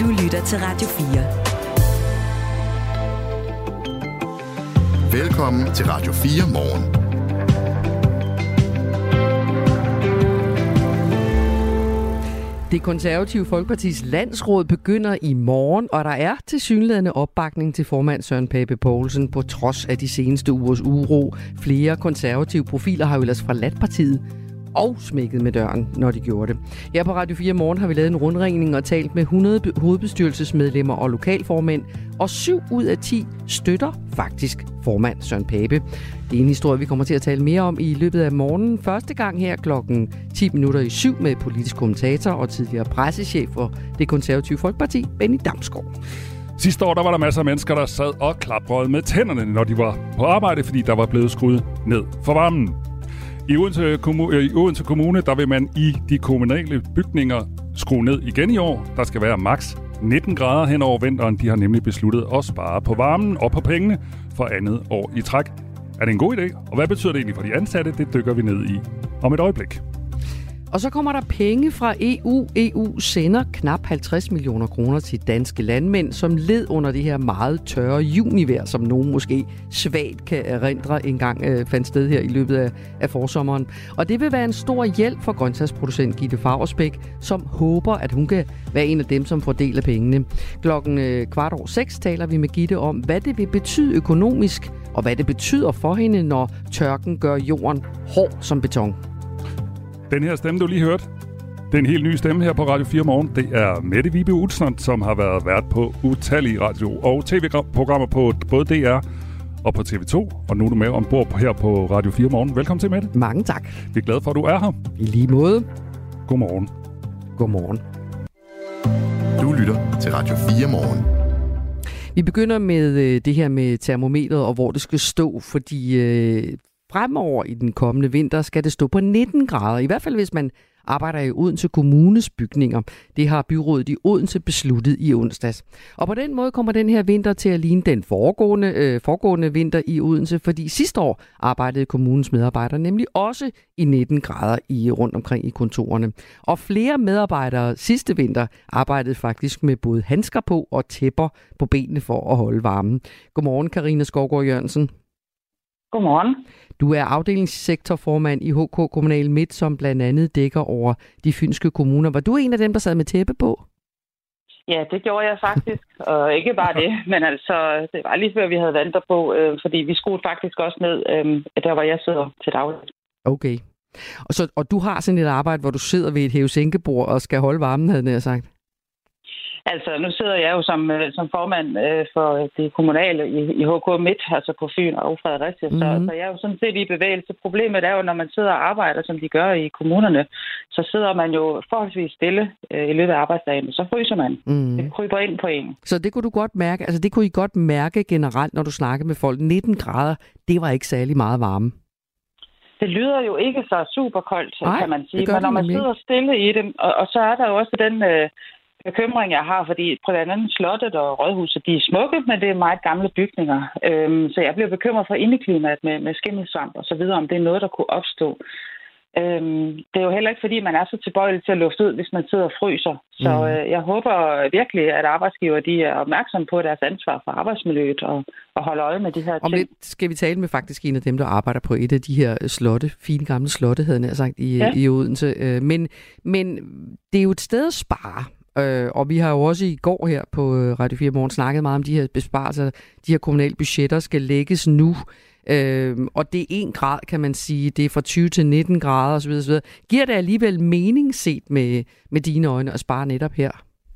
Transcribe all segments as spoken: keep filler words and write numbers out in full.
lytter til Radio fire. Velkommen til Radio fire Morgen. Det Konservative Folkepartis landsråd begynder i morgen, og der er tilsyneladende opbakning til formand Søren Pape Poulsen på trods af de seneste ugers uro. Flere konservative profiler har jo ellers forladt partiet og smækket med døren, når de gjorde det. Her på Radio fire Morgen har vi lavet en rundringning og talt med hundrede hovedbestyrelsesmedlemmer og lokalformænd, og syv ud af ti støtter faktisk formand Søren Pape. Det er en historie, vi kommer til at tale mere om i løbet af morgenen. Første gang her klokken ti minutter i syv med politisk kommentator og tidligere pressechef for Det Konservative Folkeparti, Benny Damsgaard. Sidste år der var der masser af mennesker, der sad og klaprede med tænderne, når de var på arbejde, fordi der var blevet skruet ned for varmen. I Odense, Kommu- I Odense Kommune, der vil man i de kommunale bygninger skrue ned igen i år. Der skal være maks nitten grader hen over vinteren. De har nemlig besluttet at spare på varmen og på pengene for andet år i træk. Er det en god idé? Og hvad betyder det egentlig for de ansatte? Det dykker vi ned i om et øjeblik. Og så kommer der penge fra E U. E U sender knap halvtreds millioner kroner til danske landmænd, som led under det her meget tørre junivejr, som nogen måske svagt kan erindre engang øh, fandt sted her i løbet af, af forsommeren. Og det vil være en stor hjælp for grøntsagsproducent Gitte Favrasbæk, som håber, at hun kan være en af dem, som får del af pengene. Klokken øh, kvart over seks taler vi med Gitte om, hvad det vil betyde økonomisk, og hvad det betyder for hende, når tørken gør jorden hård som beton. Den her stemme, du lige hørte, det er en helt ny stemme her på Radio fire Morgen. Det er Mette Vibe Utzon, som har været vært på utallige radio- og tv-programmer på både D R og på T V to. Og nu er du med ombord her på Radio fire Morgen. Velkommen til, Mette. Mange tak. Vi er glade for, at du er her. I lige måde. Godmorgen. Godmorgen. Du lytter til Radio fire Morgen. Vi begynder med øh, det her med termometret og hvor det skal stå, fordi øh, fremover i den kommende vinter skal det stå på nitten grader, i hvert fald hvis man arbejder i Odense Kommunes bygninger. Det har byrådet i Odense besluttet i onsdags. Og på den måde kommer den her vinter til at ligne den foregående, øh, foregående vinter i Odense, fordi sidste år arbejdede kommunens medarbejdere nemlig også i nitten grader i, rundt omkring i kontorerne. Og flere medarbejdere sidste vinter arbejdede faktisk med både handsker på og tæpper på benene for at holde varmen. Godmorgen, Karina Skovgaard Jørgensen. Godmorgen. Du er afdelingssektorformand i H K Kommunal Midt, som blandt andet dækker over de fynske kommuner. Var du en af dem, der sad med tæppe på? Ja, det gjorde jeg faktisk. Og ikke bare det, men altså, det var lige før, vi havde vanter på, øh, fordi vi skruede faktisk også ned, øh, der hvor jeg sidder til daglig. Okay. Og, så, og du har sådan et arbejde, hvor du sidder ved et hæve-sænke-bord og skal holde varmen, havde jeg sagt? Altså, nu sidder jeg jo som, som formand øh, for det kommunale i, i H K Midt, altså på Fyn og Fredericia, mm-hmm. så, så jeg er jo sådan set i bevægelse. Problemet er jo, når man sidder og arbejder, som de gør i kommunerne, så sidder man jo forholdsvis stille øh, i løbet af arbejdsdagen, og så fryser man. Mm. Det kryber ind på en. Så det kunne du godt mærke, altså det kunne I godt mærke generelt, når du snakker med folk. nitten grader, det var ikke særlig meget varme. Det lyder jo ikke så super koldt, Ej, kan man sige, men når man sidder stille i dem, og, og så er der jo også den Øh, bekymring, jeg har, fordi på blandt andet slottet og rådhuset, de er smukke, men det er meget gamle bygninger. Øhm, så jeg bliver bekymret for indeklimaet med, med skimmelsvamp og så videre, om det er noget, der kunne opstå. Øhm, det er jo heller ikke, fordi man er så tilbøjelig til at lufte ud, hvis man sidder og fryser. Så mm. øh, jeg håber virkelig, at arbejdsgiver de er opmærksom på deres ansvar for arbejdsmiljøet og, og holder øje med de her ting. Om lidt skal vi tale med faktisk en af dem, der arbejder på et af de her slotte, fine gamle slotte, havde jeg sagt, i, ja. i Odense. Men, men det er jo et sted at spare. Øh, og vi har jo også i går her på Radio fire Morgen snakket meget om de her besparelser. De her kommunale budgetter skal lægges nu. Øh, og det er en grad, kan man sige. Det er fra tyve til nitten grader osv. osv. Giver det alligevel mening set med, med dine øjne at spare netop her?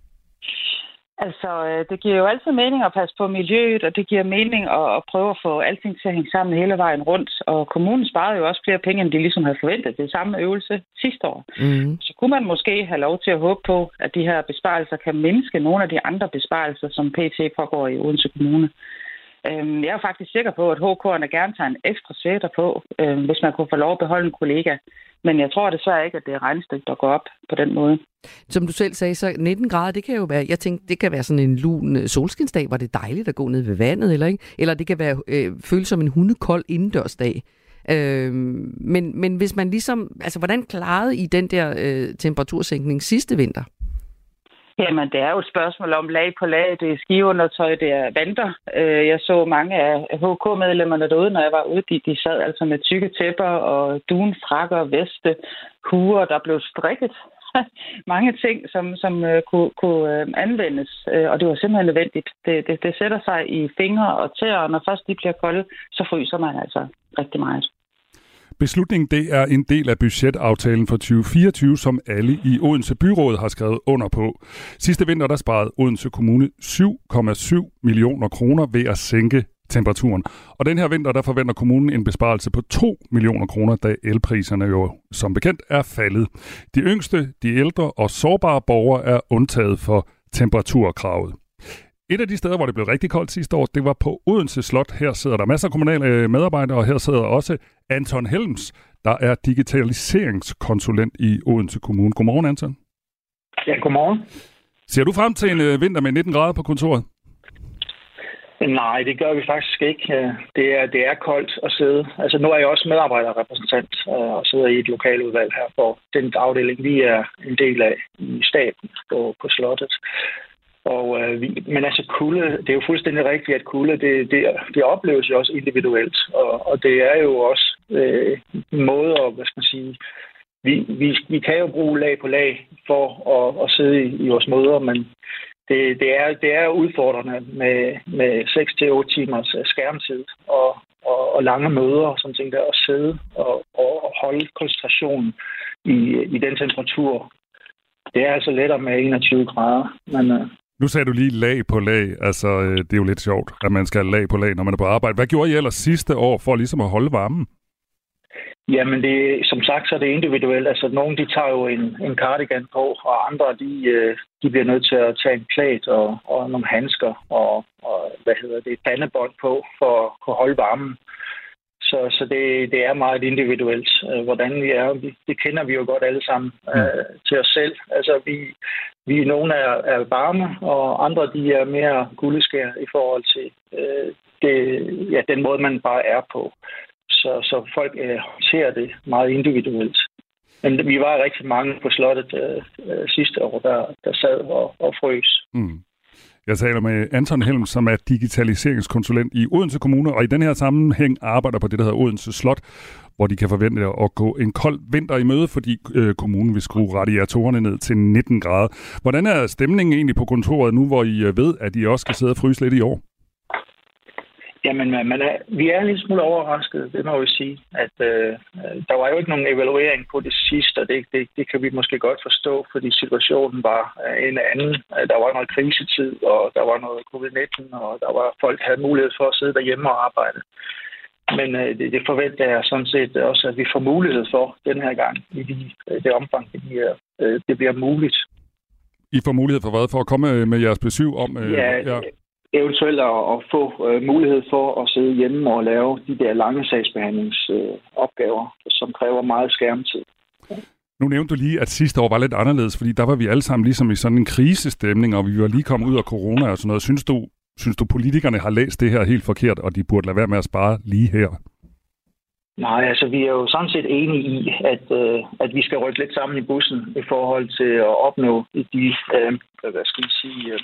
Altså, det giver jo altid mening at passe på miljøet, og det giver mening at, at prøve at få alting til at hænge sammen hele vejen rundt. Og kommunen sparede jo også flere penge, end de ligesom havde forventet. Det er samme øvelse sidste år. Mm. Så kunne man måske have lov til at håbe på, at de her besparelser kan mindske nogle af de andre besparelser, som P T pågår i Odense Kommune. Jeg er jo faktisk sikker på, at H K'erne gerne tager en ekstra sweater på, hvis man kunne få lov at beholde en kollega. Men jeg tror desværre ikke, at det er regnstykke, der går op på den måde. Som du selv sagde, så nitten grader, det kan jo være, jeg tænkte, det kan være sådan en lun solskinsdag, hvor det er dejligt at gå ned ved vandet, eller ikke? Eller det kan være øh, føles som en hundekold indendørsdag. Øh, men, men hvis man ligesom, altså hvordan klarede I den der øh, temperatursænkning sidste vinter? Jamen, det er jo et spørgsmål om lag på lag. Det er skiveundertøj, det er vanter. Jeg så mange af H K-medlemmerne derude, når jeg var ude. De, de sad altså med tykke tæpper og dunfrakker, veste, huer, der blev strikket. Mange ting, som, som uh, kunne, kunne uh, anvendes, uh, og det var simpelthen nødvendigt. Det, det, det sætter sig i fingre og tæer, og når først de bliver kolde, så fryser man altså rigtig meget. Beslutningen det er en del af budgetaftalen for tyve fireogtyve, som alle i Odense Byråd har skrevet under på. Sidste vinter der sparede Odense Kommune syv komma syv millioner kroner ved at sænke temperaturen. Og den her vinter der forventer kommunen en besparelse på to millioner kroner, da elpriserne jo som bekendt er faldet. De yngste, de ældre og sårbare borgere er undtaget for temperaturkravet. Et af de steder, hvor det blev rigtig koldt sidste år, det var på Odense Slot. Her sidder der masser af kommunale medarbejdere, og her sidder også Anton Helms, der er digitaliseringskonsulent i Odense Kommune. Godmorgen, Anton. Ja, godmorgen. Ser du frem til en vinter med nitten grader på kontoret? Nej, det gør vi faktisk ikke. Det er, det er koldt at sidde. Altså, nu er jeg også medarbejderrepræsentant og sidder i et lokaludvalg her for den afdeling, vi er en del af i staten på, på slottet. Og, øh, vi, men altså kulde, det er jo fuldstændig rigtigt, at kulde, det, det, det opleves jo også individuelt. Og, og det er jo også øh, en måde at, hvad skal man sige, vi, vi, vi kan jo bruge lag på lag for at, at sidde i, i vores møder, men det, det, er, det er udfordrende med, med seks til otte timers skærmtid og, og, og lange møder og sådan ting der, at sidde og, og holde koncentrationen i, i den temperatur. Det er altså lettere med enogtyve grader, men... Øh, Nu sagde du lige lag på lag. Altså, det er jo lidt sjovt, at man skal have lag på lag, når man er på arbejde. Hvad gjorde I ellers sidste år for ligesom at holde varmen? Jamen, det, som sagt, så er det individuelt. Altså, nogle de tager jo en, en cardigan på, og andre de, de bliver nødt til at tage en plæt og, og nogle handsker og, og hvad hedder det, pandebånd på for at kunne holde varmen. Så, så det, det er meget individuelt, hvordan vi er. Det kender vi jo godt alle sammen mm. øh, til os selv. Altså, vi, vi nogle er, er varme, og andre de er mere guldeskær i forhold til øh, det, ja, den måde, man bare er på. Så, så folk øh, håndterer det meget individuelt. Men vi var rigtig mange på slottet øh, sidste år, der, der sad og, og frøs. Mm. Jeg taler med Anton Helm, som er digitaliseringskonsulent i Odense Kommune, og i den her sammenhæng arbejder på det, der hedder Odense Slot, hvor de kan forvente at gå en kold vinter i møde, fordi øh, kommunen vil skrue radiatorerne ned til nitten grader. Hvordan er stemningen egentlig på kontoret nu, hvor I ved, at I også skal sidde og fryse lidt i år? Jamen, man er, vi er en lille smule overrasket, det må vi sige. At, øh, der var jo ikke nogen evaluering på det sidste, og det, det, det kan vi måske godt forstå, fordi situationen var en anden. Der var noget krisetid, og der var noget covid nitten, og der var folk, der havde mulighed for at sidde derhjemme og arbejde. Men øh, det, det forventer jeg sådan set også, at vi får mulighed for den her gang, i de, det omfang, det bliver, øh, det bliver muligt. I får mulighed for hvad? For at komme med jeres besøg om... Øh, ja, ja. Eventuelt at, at få øh, mulighed for at sidde hjemme og lave de der lange sagsbehandlingsopgaver, øh, som kræver meget skærmtid. Ja. Nu nævnte du lige, at sidste år var lidt anderledes, fordi der var vi alle sammen ligesom i sådan en krisestemning, og vi var lige kommet ud af corona og sådan noget. Synes du, synes du politikerne har læst det her helt forkert, og de burde lade være med at spare lige her? Nej, altså vi er jo sådan set enige i, at, øh, at vi skal rykke lidt sammen i bussen i forhold til at opnå de, øh, hvad skal man sige... Øh,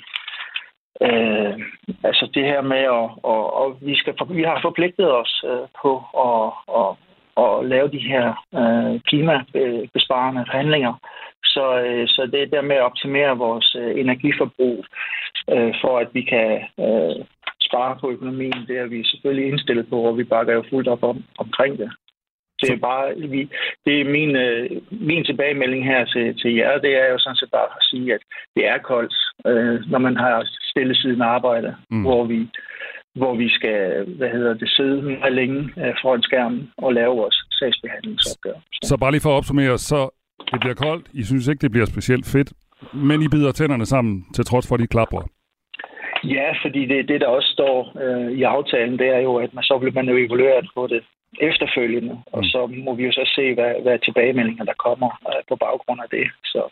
Øh, altså det her med at og, og vi skal vi har forpligtet os øh, på at og, og lave de her øh, klimabesparende handlinger, så øh, så det er der med at optimere vores øh, energiforbrug øh, for at vi kan øh, spare på økonomien. Det er vi selvfølgelig indstillet på, og vi bakker jo fuldt op om, omkring det. Det er bare vi, det er min øh, min tilbagemelding her til til jer. Det er jo sådan set bare at sige, at det er koldt, øh, når man har stillesiddende arbejde, mm. hvor vi hvor vi skal, hvad hedder det, sidde meget længe øh, foran skærmen og lave vores sagsbehandlingsopgaver. Så. så bare lige for at opsummere, så det bliver koldt. I synes ikke, det bliver specielt fedt, men I bider tænderne sammen til trods for de klapper. Ja, fordi det, det der også står øh, i aftalen, det er jo, at man så vil man jo evaluere på det efterfølgende, mm. og så må vi jo så se, hvad, hvad tilbagemeldinger der kommer øh, på baggrund af det. Så,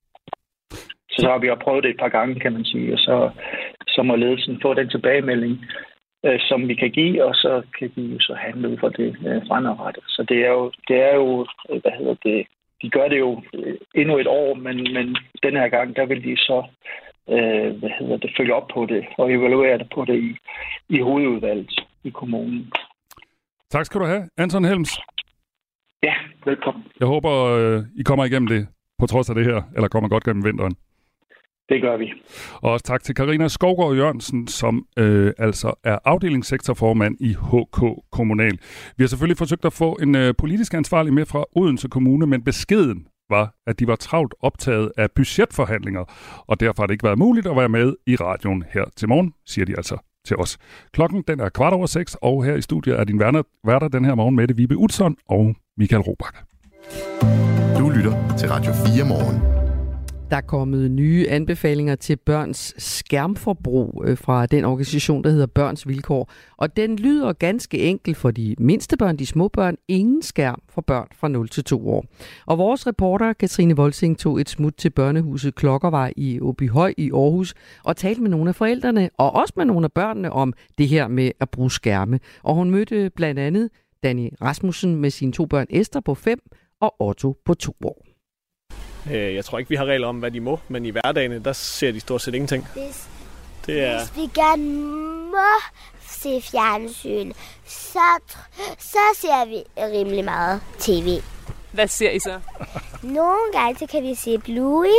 så, så har vi jo prøvet det et par gange, kan man sige, og så, så må ledelsen få den tilbagemelding, øh, som vi kan give, og så kan vi jo så handle ud fra det øh, fremadrettet. Så det er jo, det er jo øh, hvad hedder det, de gør det jo øh, endnu et år, men, men den her gang, der vil de så øh, hvad hedder det, følge op på det og evaluere det på det i, i hovedudvalget i kommunen. Tak skal du have, Anton Helms. Ja, velkommen. Jeg håber, øh, I kommer igennem det på trods af det her, eller kommer godt gennem vinteren. Det gør vi. Og også tak til Karina Skovgaard Jørgensen, som øh, altså er afdelingssektorformand i H K Kommunal. Vi har selvfølgelig forsøgt at få en øh, politisk ansvarlig med fra Odense Kommune, men beskeden var, at de var travlt optaget af budgetforhandlinger, og derfor har det ikke været muligt at være med i radioen her til morgen, siger de altså til os. Klokken den er kvart over seks, og her i studiet er din værter, værter den her morgen Mette Vibe Utzon og Michael Robach. Du lytter til Radio fire Morgen. Der er kommet nye anbefalinger til børns skærmforbrug fra den organisation, der hedder Børns Vilkår. Og den lyder ganske enkelt for de mindste børn, de små børn, ingen skærm for børn fra nul til to år. Og vores reporter, Katrine Volsing, tog et smut til børnehuset Klokkervej i Åbyhøj i Aarhus og talte med nogle af forældrene og også med nogle af børnene om det her med at bruge skærme. Og hun mødte blandt andet Danny Rasmussen med sine to børn, Esther på fem og Otto på to år. Jeg tror ikke, vi har regler om, hvad de må, men i hverdagen, der ser de stort set ingenting. Hvis, det er... hvis vi gerne må se fjernsyn, så, så ser vi rimelig meget tv. Hvad ser I så? Nogle gange så kan vi se Bluey.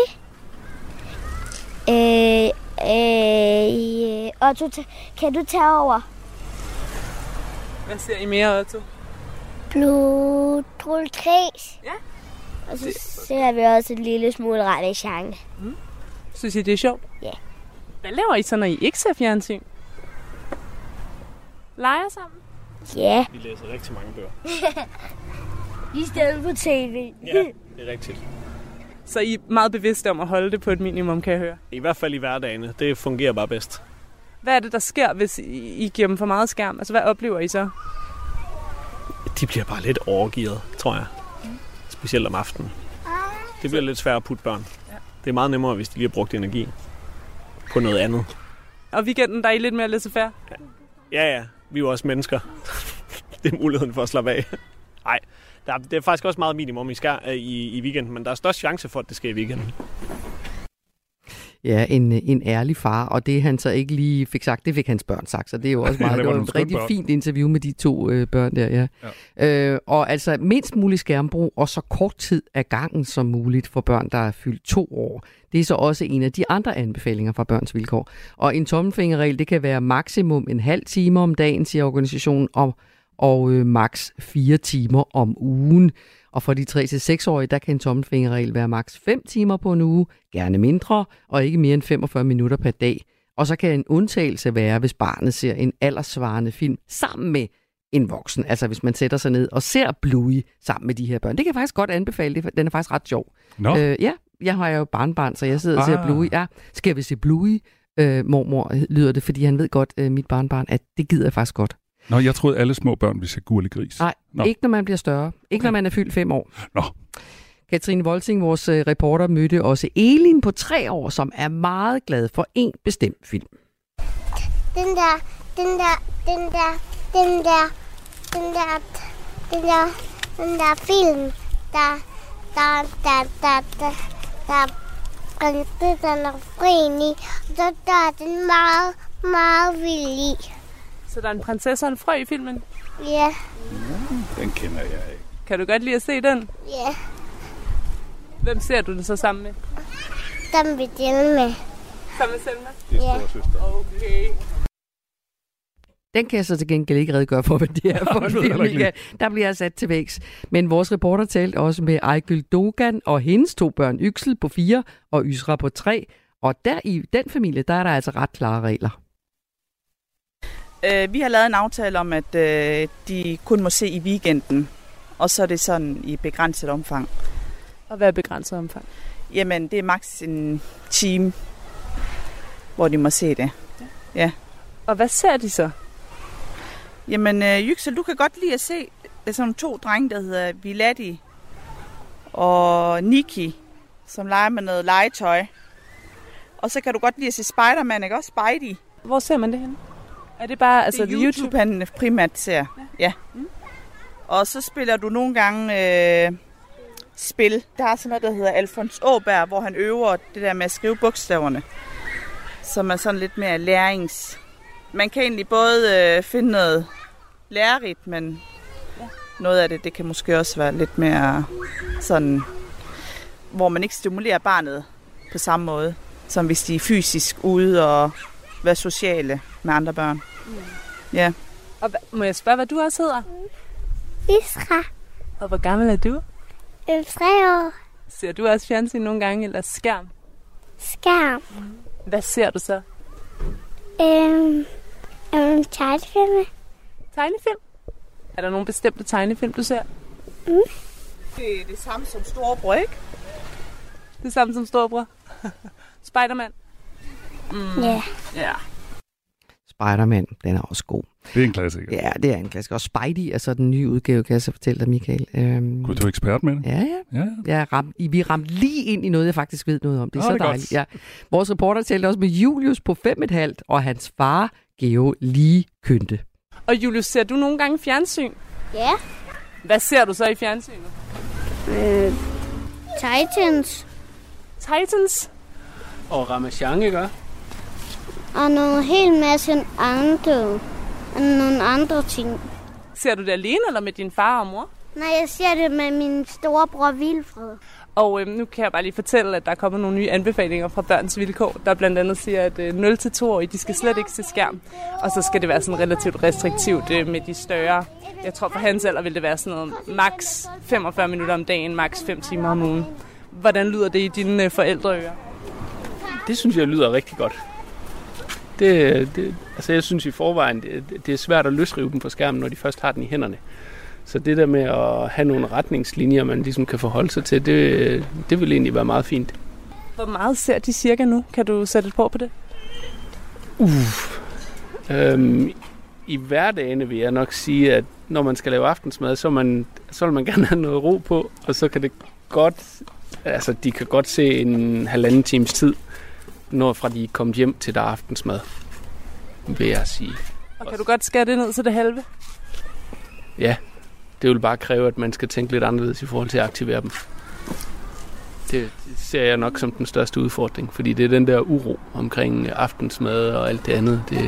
Øh, øh, Otto, kan du tage over? Hvad ser I mere, Otto? Blodtrolkris. Ja. Og så ser vi også en lille smule Rammstein. Mm. Synes I, det er sjovt? Ja. Hvad laver I så, når I ikke ser fjernsyn? Leger sammen? Ja. Vi læser rigtig mange bøger. I stedet for tv. Ja, det er rigtigt. Så I er meget bevidste om at holde det på et minimum, kan jeg høre? I hvert fald i hverdagen. Det fungerer bare bedst. Hvad er det, der sker, hvis I giver dem for meget skærm? Altså, hvad oplever I så? De bliver bare lidt overgearet, tror jeg. Specielt om aftenen. Det bliver lidt svært at putte børn. Ja. Det er meget nemmere, hvis de lige har brugt energi på noget andet. Og weekenden, der er I lidt mere laissez-faire? Ja, ja. Vi er jo også mennesker. Det er muligheden for at slappe af. Nej, det er faktisk også meget minimum i, skær, i, i weekenden, men der er størst chance for, at det sker i weekenden. Ja, en, en ærlig far, og det han så ikke lige fik sagt, det fik hans børn sagt, så det er jo også meget, ja, det var, det var et rigtig børn. Fint interview med de to øh, børn der, ja. ja. Øh, og altså mindst mulig skærmbrug, og så kort tid af gangen som muligt for børn, der er fyldt to år. Det er så også en af de andre anbefalinger fra Børns Vilkår. Og en tommelfingerregel, det kan være maksimum en halv time om dagen, siger organisationen, og, og øh, maks fire timer om ugen. Og for de tre til seks-årige, der kan en tommelfingerregel være maks fem timer på en uge, gerne mindre, og ikke mere end femogfyrre minutter per dag. Og så kan en undtagelse være, hvis barnet ser en alderssvarende film sammen med en voksen. Altså hvis man sætter sig ned og ser Bluey sammen med de her børn. Det kan jeg faktisk godt anbefale, den er faktisk ret sjov. No. Øh, ja, jeg har jo barnbarn, så jeg sidder og ser ah. Bluey. Ja, skal vi se Bluey? Øh, mormor lyder det, fordi han ved godt, øh, mit barnbarn, at det gider jeg faktisk godt. Nå, jeg troede, alle små børn ville se Gurli Gris. Nej, Nå. Ikke når man bliver større. Ikke okay. Når man er fyldt fem år. Nå. Katrine Volsing, vores uh, reporter, mødte også Elin på tre år, som er meget glad for en bestemt film. Den der, den der, den der, den der, den der, den der, den der film, der, der, der, der, der, der, der, der er fri i, og der er den meget, meget vild i. Så der er en prinsesse og en frø i filmen? Ja. Mm, den kender jeg ikke. Kan du godt lide at se den? Ja. Hvem ser du den så sammen med? Sammen med Selma. Sammen med Selma? Det er storesøster. Okay. Den kan jeg så til gengæld ikke redegøre for, hvad det er for en film. Der bliver jeg sat til vægs. Men vores reporter talte også med Ejgyld Dogan og hendes to børn, Yksel på fire og Ysra på tre. Og der i den familie, der er der altså ret klare regler. Vi har lavet en aftale om, at øh, de kun må se i weekenden, og så er det sådan i begrænset omfang. Og hvad er begrænset omfang? Jamen, det er maks en time, hvor de må se det. Ja. Ja. Og hvad ser de så? Jamen, øh, Yüksel, du kan godt lide at se, der er sådan to drenge, der hedder Viladi og Niki, som leger med noget legetøj. Og så kan du godt lide at se Spider-Man, ikke også? Spidey. Hvor ser man det henne? Er det bare altså det er YouTube, YouTube, han primært ser. Ja. ja. Mm. Og så spiller du nogle gange øh, spil. Der er sådan noget, der hedder Alfons Åberg, hvor han øver det der med at skrive bogstaverne. som er sådan lidt mere lærings. Man kan egentlig både øh, finde noget lærerigt, men noget af det, det kan måske også være lidt mere sådan, hvor man ikke stimulerer barnet på samme måde, som hvis de er fysisk ude og være sociale med andre børn. Mm. Ja. Og må jeg spørge, hvad du også hedder? Isra. Og hvor gammel er du? Tre år. Ser du også fjernsyn nogle gange, eller skærm? Skærm. Hvad ser du så? Øhm, øhm tegnefilm. Tegnefilm? Er der nogle bestemte tegnefilm, du ser? Mm. Det er det samme som Storebror, ikke? Det samme som Storebror? Spider-Man? Mm. Yeah. Ja. Spider-Man, den er også god. Det er en klassiker. Ja, det er en klassiker. Og Spidey er så den nye udgave, kan jeg så fortælle dig, Michael. Øhm, Kunne du ekspert med det? Ja, ja. ja, ja. Jeg ram, vi ramte lige ind i noget, jeg faktisk ved noget om. Det er Nå, så det er dejligt. Ja. Vores reporter talte også med Julius på fem et halvt, og hans far, Geo, lige kønte. Og Julius, ser du nogle gange fjernsyn? Ja. Hvad ser du så i fjernsynet? Øh, Titans. Titans? Og Ramachan, ikke? Og nogle helt masse andre, nogle andre ting. Ser du det alene, eller med din far og mor? Nej, jeg ser det med min storebror Vilfred. Og øh, nu kan jeg bare lige fortælle, at der er kommet nogle nye anbefalinger fra Børns Vilkår, der blandt andet siger, at øh, nul til to-årige, de skal slet ikke se skærm. Og så skal det være sådan relativt restriktivt øh, med de større. Jeg tror, for hans alder vil det være sådan noget maks femogfyrre minutter om dagen, maks fem timer om ugen. Hvordan lyder det i dine øh, forældreører? Det synes jeg lyder rigtig godt. Det, det, altså jeg synes i forvejen, det, det er svært at løsrive dem fra skærmen, når de først har den i hænderne. Så det der med at have nogle retningslinjer, man ligesom kan forholde sig til, det, det vil egentlig være meget fint. Hvor meget ser de cirka nu? Kan du sætte et på på det? Uff. Øhm, I hverdagene vil jeg nok sige, at når man skal lave aftensmad, så, man, så vil man gerne have noget ro på, og så kan det godt, altså de kan godt se en halvanden times tid, når fra de er kommet hjem til der aftensmad, vil jeg sige. Og kan du godt skære det ned til det halve? Ja, det vil bare kræve, at man skal tænke lidt anderledes i forhold til at aktivere dem. Det ser jeg nok som den største udfordring, fordi det er den der uro omkring aftensmad og alt det andet. Det...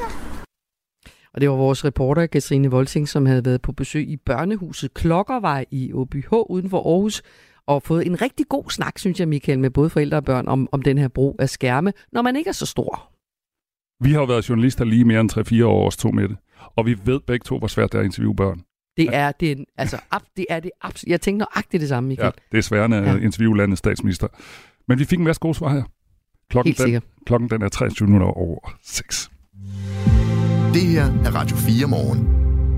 Og det var vores reporter, Katrine Volsing, som havde været på besøg i børnehuset Klokkervej i Åbyh uden for Aarhus, og fået en rigtig god snak, synes jeg, Michael, med både forældre og børn om, om den her brug af skærme, når man ikke er så stor. Vi har jo været journalister lige mere end tre fire år os to med det, og vi ved begge to, hvor svært det er at interviewe børn. Det er det, altså, det er det absolut. Jeg tænker nøjagtigt det samme, Michael. Ja, det er sværende at ja. interviewe landets statsminister. Men vi fik en masse gode svar her. Klokken, den, klokken den er treogtyve minutter over seks. Det her er Radio fire morgen.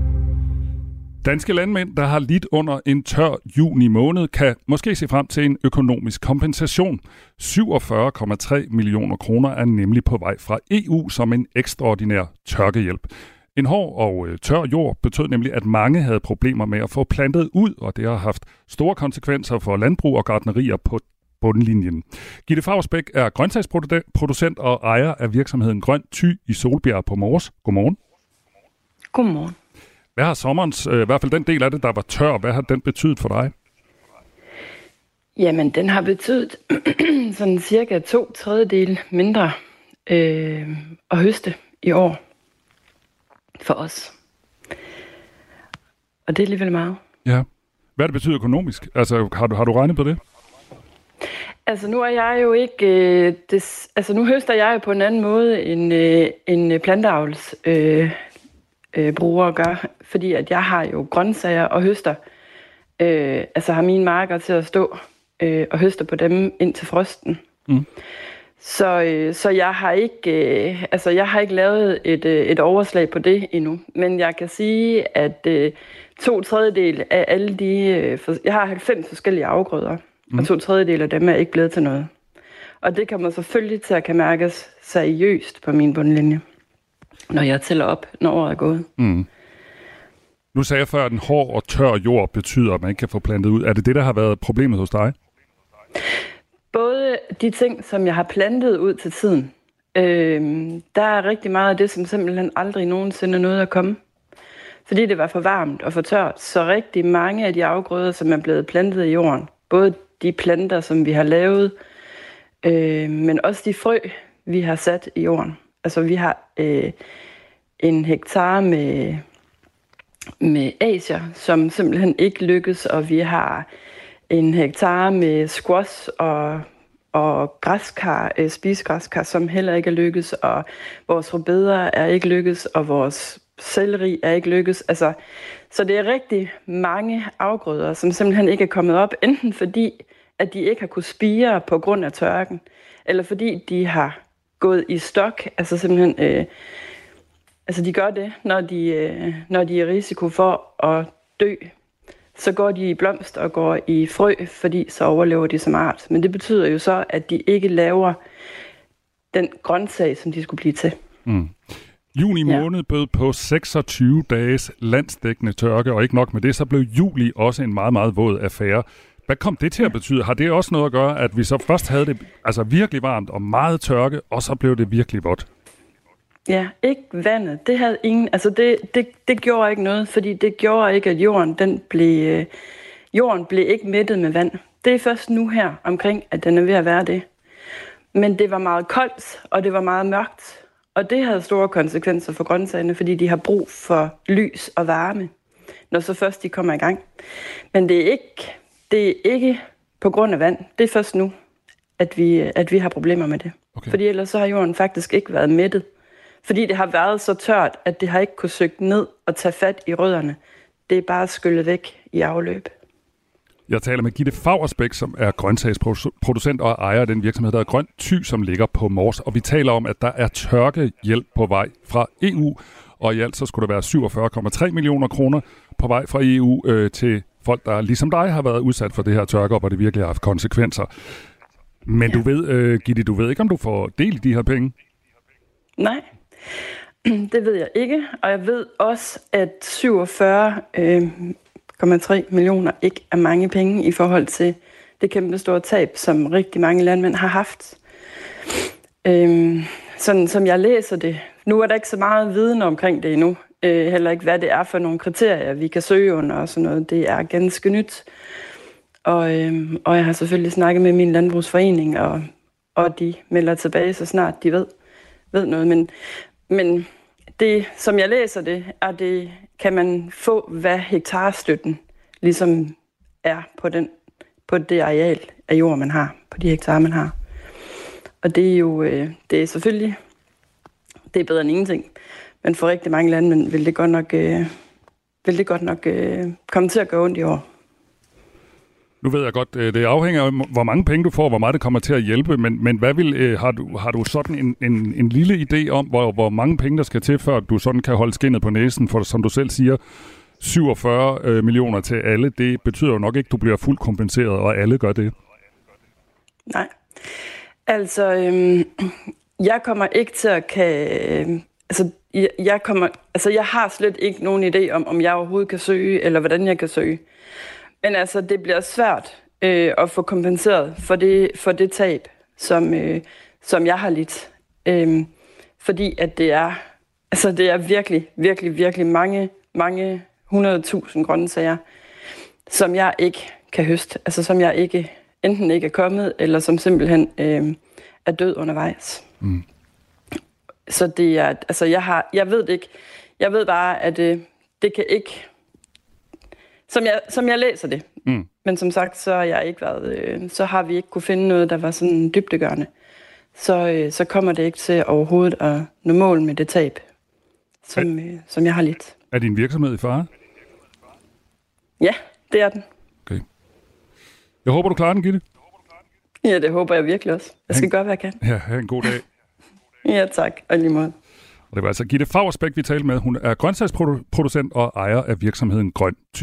Danske landmænd, der har lidt under en tør juni måned, kan måske se frem til en økonomisk kompensation. syvogfyrre komma tre millioner kroner er nemlig på vej fra E U som en ekstraordinær tørkehjælp. En hård og tør jord betød nemlig, at mange havde problemer med at få plantet ud, og det har haft store konsekvenser for landbrug og gartnerier på bundlinjen. Gitte Favsbæk er grøntsagsproducent og ejer af virksomheden Grøn Thy i Solbjerg på Mors. Godmorgen. Godmorgen. Hvad har sommerens, i hvert fald den del af det, der var tør, hvad har den betydet for dig? Jamen, den har betydet sådan cirka to tredjedel mindre øh, at høste i år for os. Og det er alligevel meget. Ja. Hvad det betyder økonomisk? Altså, har du, har du regnet på det? Altså, nu er jeg jo ikke... Øh, des, altså, nu høster jeg jo på en anden måde, end, øh, end planteavls øh, øh, brugere gør. Fordi at jeg har jo grøntsager og høster. Øh, altså, har mine marker til at stå øh, og høster på dem ind til frosten. Mm. Så, øh, så jeg har ikke, øh, altså jeg har ikke lavet et, øh, et overslag på det endnu, men jeg kan sige, at øh, to tredjedel af alle de, øh, for, jeg har halvfems forskellige afgrøder, mm. og to tredjedel af dem er ikke blevet til noget. Og det kommer selvfølgelig til at kan mærkes seriøst på min bundlinje, når jeg tæller op, når året er gået. Mm. Nu sagde jeg før, at en hård og tør jord betyder, at man ikke kan få plantet ud. Er det det, der har været problemet hos dig? Både de ting, som jeg har plantet ud til tiden, øh, der er rigtig meget af det, som simpelthen aldrig nogensinde nåede at komme. Fordi det var for varmt og for tørt, så rigtig mange af de afgrøder, som er blevet plantet i jorden, både de planter, som vi har lavet, øh, men også de frø, vi har sat i jorden. Altså vi har øh, en hektar med, med asier, som simpelthen ikke lykkes, og vi har en hektar med squash og, og græskar, øh, spisegræskar, som heller ikke er lykkes, og vores rødbeder er ikke lykkes, og vores selleri er ikke lykkes. Altså, så det er rigtig mange afgrøder, som simpelthen ikke er kommet op, enten fordi, at de ikke har kunnet spire på grund af tørken, eller fordi de har gået i stok, altså simpelthen, øh, altså de gør det, når de, øh, når de er i risiko for at dø, så går de i blomst og går i frø, fordi så overlever de som art. Men det betyder jo så, at de ikke laver den grøntsag, som de skulle blive til. Mm. Juni måned ja. bød på seksogtyve dages landsdækkende tørke, og ikke nok med det, så blev juli også en meget, meget våd affære. Hvad kom det til at betyde? Har det også noget at gøre, at vi så først havde det altså virkelig varmt og meget tørke, og så blev det virkelig vådt? Ja, ikke vandet. Det havde ingen, altså det, det, det gjorde ikke noget, fordi det gjorde ikke, at jorden, den blev, øh, jorden blev ikke mættet med vand. Det er først nu her omkring, at den er ved at være det. Men det var meget koldt, og det var meget mørkt. Og det havde store konsekvenser for grøntsagerne, fordi de har brug for lys og varme, når så først de kommer i gang. Men det er ikke, det er ikke på grund af vand. Det er først nu, at vi, at vi har problemer med det. Okay. Fordi ellers så har jorden faktisk ikke været mættet. Fordi det har været så tørt, at det har ikke kunne søge ned og tage fat i rødderne. Det er bare skyllet væk i afløb. Jeg taler med Gitte Fauersbæk, som er grøntsagsproducent og ejer af den virksomhed, der er Grønt Thy, som ligger på Mors. Og vi taler om, at der er tørkehjælp på vej fra E U. Og i alt så skulle der være syvogfyrre komma tre millioner kroner på vej fra E U øh, til folk, der ligesom dig har været udsat for det her tørke, og hvor det virkelig har haft konsekvenser. Men ja. du ved, øh, Gitte, du ved ikke, om du får del i de her penge? Nej, det ved jeg ikke. Og jeg ved også, at syvogfyrre komma tre millioner ikke er mange penge i forhold til det kæmpe store tab, som rigtig mange landmænd har haft. Øhm, sådan som jeg læser det. Nu er der ikke så meget viden omkring det endnu. Øh, heller ikke, hvad det er for nogle kriterier, vi kan søge under og sådan noget. Det er ganske nyt. Og, øhm, og jeg har selvfølgelig snakket med min landbrugsforening, og, og de melder tilbage, så snart de ved, ved noget. Men, men det, som jeg læser det, er det, kan man få, hvad hektarstøtten ligesom er på, den, på det areal af jord, man har, på de hektar, man har. Og det er jo, øh, det er selvfølgelig, det er bedre end ingenting. Men for rigtig mange landmænd vil det godt nok, øh, vil det godt nok øh, komme til at gå ondt i år. Nu ved jeg godt, det afhænger af, hvor mange penge du får, hvor meget det kommer til at hjælpe, men, men hvad vil, har, du, har du sådan en, en, en lille idé om, hvor, hvor mange penge der skal til, før du sådan kan holde skindet på næsen? For som du selv siger, syvogfyrre øh, millioner til alle, det betyder jo nok ikke, at du bliver fuldt kompenseret, og alle gør det. Nej, altså øhm, jeg kommer ikke til at kan... Øh, altså, jeg, jeg, kommer, altså jeg har slet ikke nogen idé om, om jeg overhovedet kan søge, eller hvordan jeg kan søge. Men altså, det bliver svært øh, at få kompenseret for det, for det tab, som, øh, som jeg har lidt. Øh, fordi at det er, altså det er virkelig, virkelig, virkelig mange, mange hundredtusind grøntsager, som jeg ikke kan høste. Altså som jeg ikke, enten ikke er kommet, eller som simpelthen øh, er død undervejs. Mm. Så det er, altså jeg har, jeg ved det ikke. Jeg ved bare, at øh, det kan ikke... Som jeg, som jeg læser det. Mm. Men som sagt, så har jeg ikke været, øh, så har vi ikke kunne finde noget, der var sådan dybdegørende. Så, øh, så kommer det ikke til overhovedet at nå mål med det tab, som, øh, som jeg har lidt. Er din virksomhed i fare? Ja, det er den. Okay. Jeg håber, du klarer den, Gitte. Ja, det håber jeg virkelig også. Jeg skal han... gøre, hvad jeg kan. Ja, have en god dag. Ja, tak. Og lige måde. Og det var altså Gitte Fauersbæk, vi talte med. Hun er grøntsagsproducent og ejer af virksomheden Grønt Thy.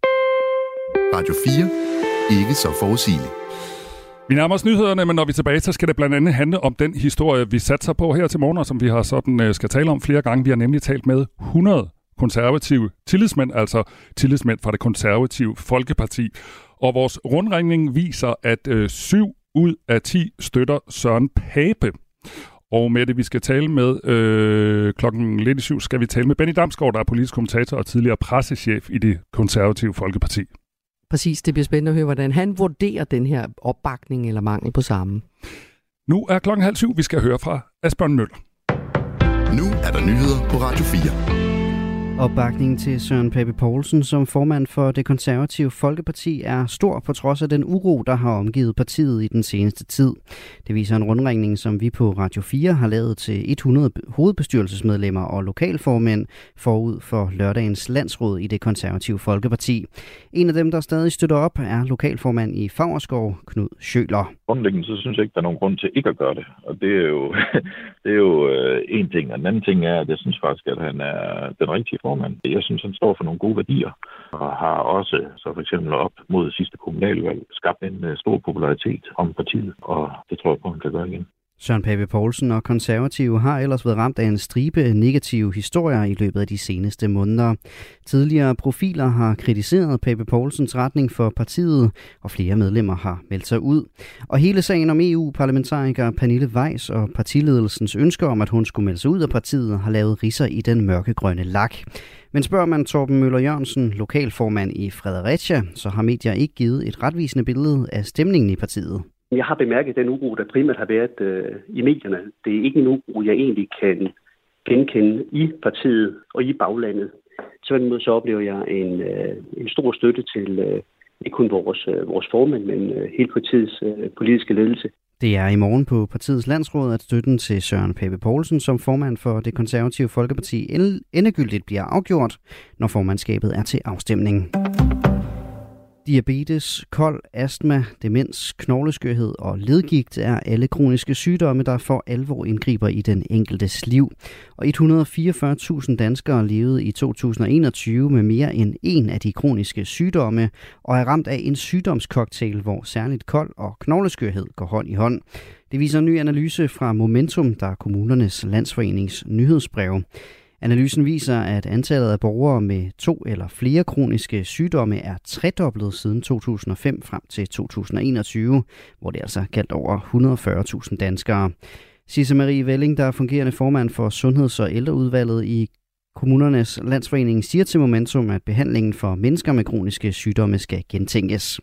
Radio fire. Ikke så forudsigeligt. Vi nærmer os nyhederne, men når vi er tilbage, så skal det blandt andet handle om den historie, vi satser på her til morgen, og som vi har sådan skal tale om flere gange. Vi har nemlig talt med hundrede konservative tillidsmænd, altså tillidsmænd fra det konservative Folkeparti. Og vores rundringning viser, at øh, syv ud af ti støtter Søren Pape. Og med det, vi skal tale med øh, klokken lidt i syv, skal vi tale med Benny Damsgaard, der er politisk kommentator og tidligere pressechef i det konservative Folkeparti. Præcis, det bliver spændende at høre, hvordan han vurderer den her opbakning eller mangel på samme. Nu er klokken halv syv. Vi skal høre fra Asbjørn Møller. Nu er der nyheder på Radio fire. Opbakningen til Søren Pape Poulsen som formand for Det Konservative Folkeparti er stor på trods af den uro, der har omgivet partiet i den seneste tid. Det viser en rundringning, som vi på Radio fire har lavet til hundrede hovedbestyrelsesmedlemmer og lokalformænd forud for lørdagens landsråd i Det Konservative Folkeparti. En af dem, der stadig støtter op, er lokalformand i Favrskov, Knud Schøler. Grundlæggende så synes jeg ikke, der er nogen grund til ikke at gøre det. Og det er jo, det er jo øh, en ting. Og den anden ting er, at jeg synes faktisk, at han er den rigtige formand. Jeg synes, han står for nogle gode værdier. Og har også, så for eksempel op mod sidste kommunalvalg, skabt en øh, stor popularitet om partiet. Og det tror jeg på, han kan gøre igen. Søren Pape Poulsen og Konservative har ellers været ramt af en stribe negative historier i løbet af de seneste måneder. Tidligere profiler har kritiseret Pape Poulsens retning for partiet, og flere medlemmer har meldt sig ud. Og hele sagen om E U-parlamentariker Pernille Weiss og partiledelsens ønsker om, at hun skulle melde sig ud af partiet, har lavet ridser i den mørkegrønne lak. Men spørger man Torben Møller Jørgensen, lokalformand i Fredericia, så har medier ikke givet et retvisende billede af stemningen i partiet. Jeg har bemærket den uro, der primært har været øh, i medierne. Det er ikke en uro, jeg egentlig kan genkende i partiet og i baglandet. Så på den måde så oplever jeg en, øh, en stor støtte til øh, ikke kun vores, øh, vores formand, men øh, hele partiets øh, politiske ledelse. Det er i morgen på partiets landsråd, at støtten til Søren Pape Poulsen som formand for Det Konservative Folkeparti endegyldigt bliver afgjort, når formandskabet er til afstemning. Diabetes, kold, astma, demens, knogleskørhed og ledgigt er alle kroniske sygdomme, der for alvor indgriber i den enkeltes liv. Og et hundrede og fireogfyrre tusind danskere levede i to tusind og enogtyve med mere end en af de kroniske sygdomme og er ramt af en sygdomscocktail, hvor særligt kold og knogleskørhed går hånd i hånd. Det viser en ny analyse fra Momentum, der er kommunernes landsforenings nyhedsbrev. Analysen viser, at antallet af borgere med to eller flere kroniske sygdomme er tredoblet siden to tusind og fem frem til to tusind og enogtyve, hvor det altså galt over et hundrede og fyrre tusind danskere. Sisse Marie Velling, der er fungerende formand for Sundheds- og Ældreudvalget i Kommunernes Landsforening, siger til Momentum, at behandlingen for mennesker med kroniske sygdomme skal gentænkes.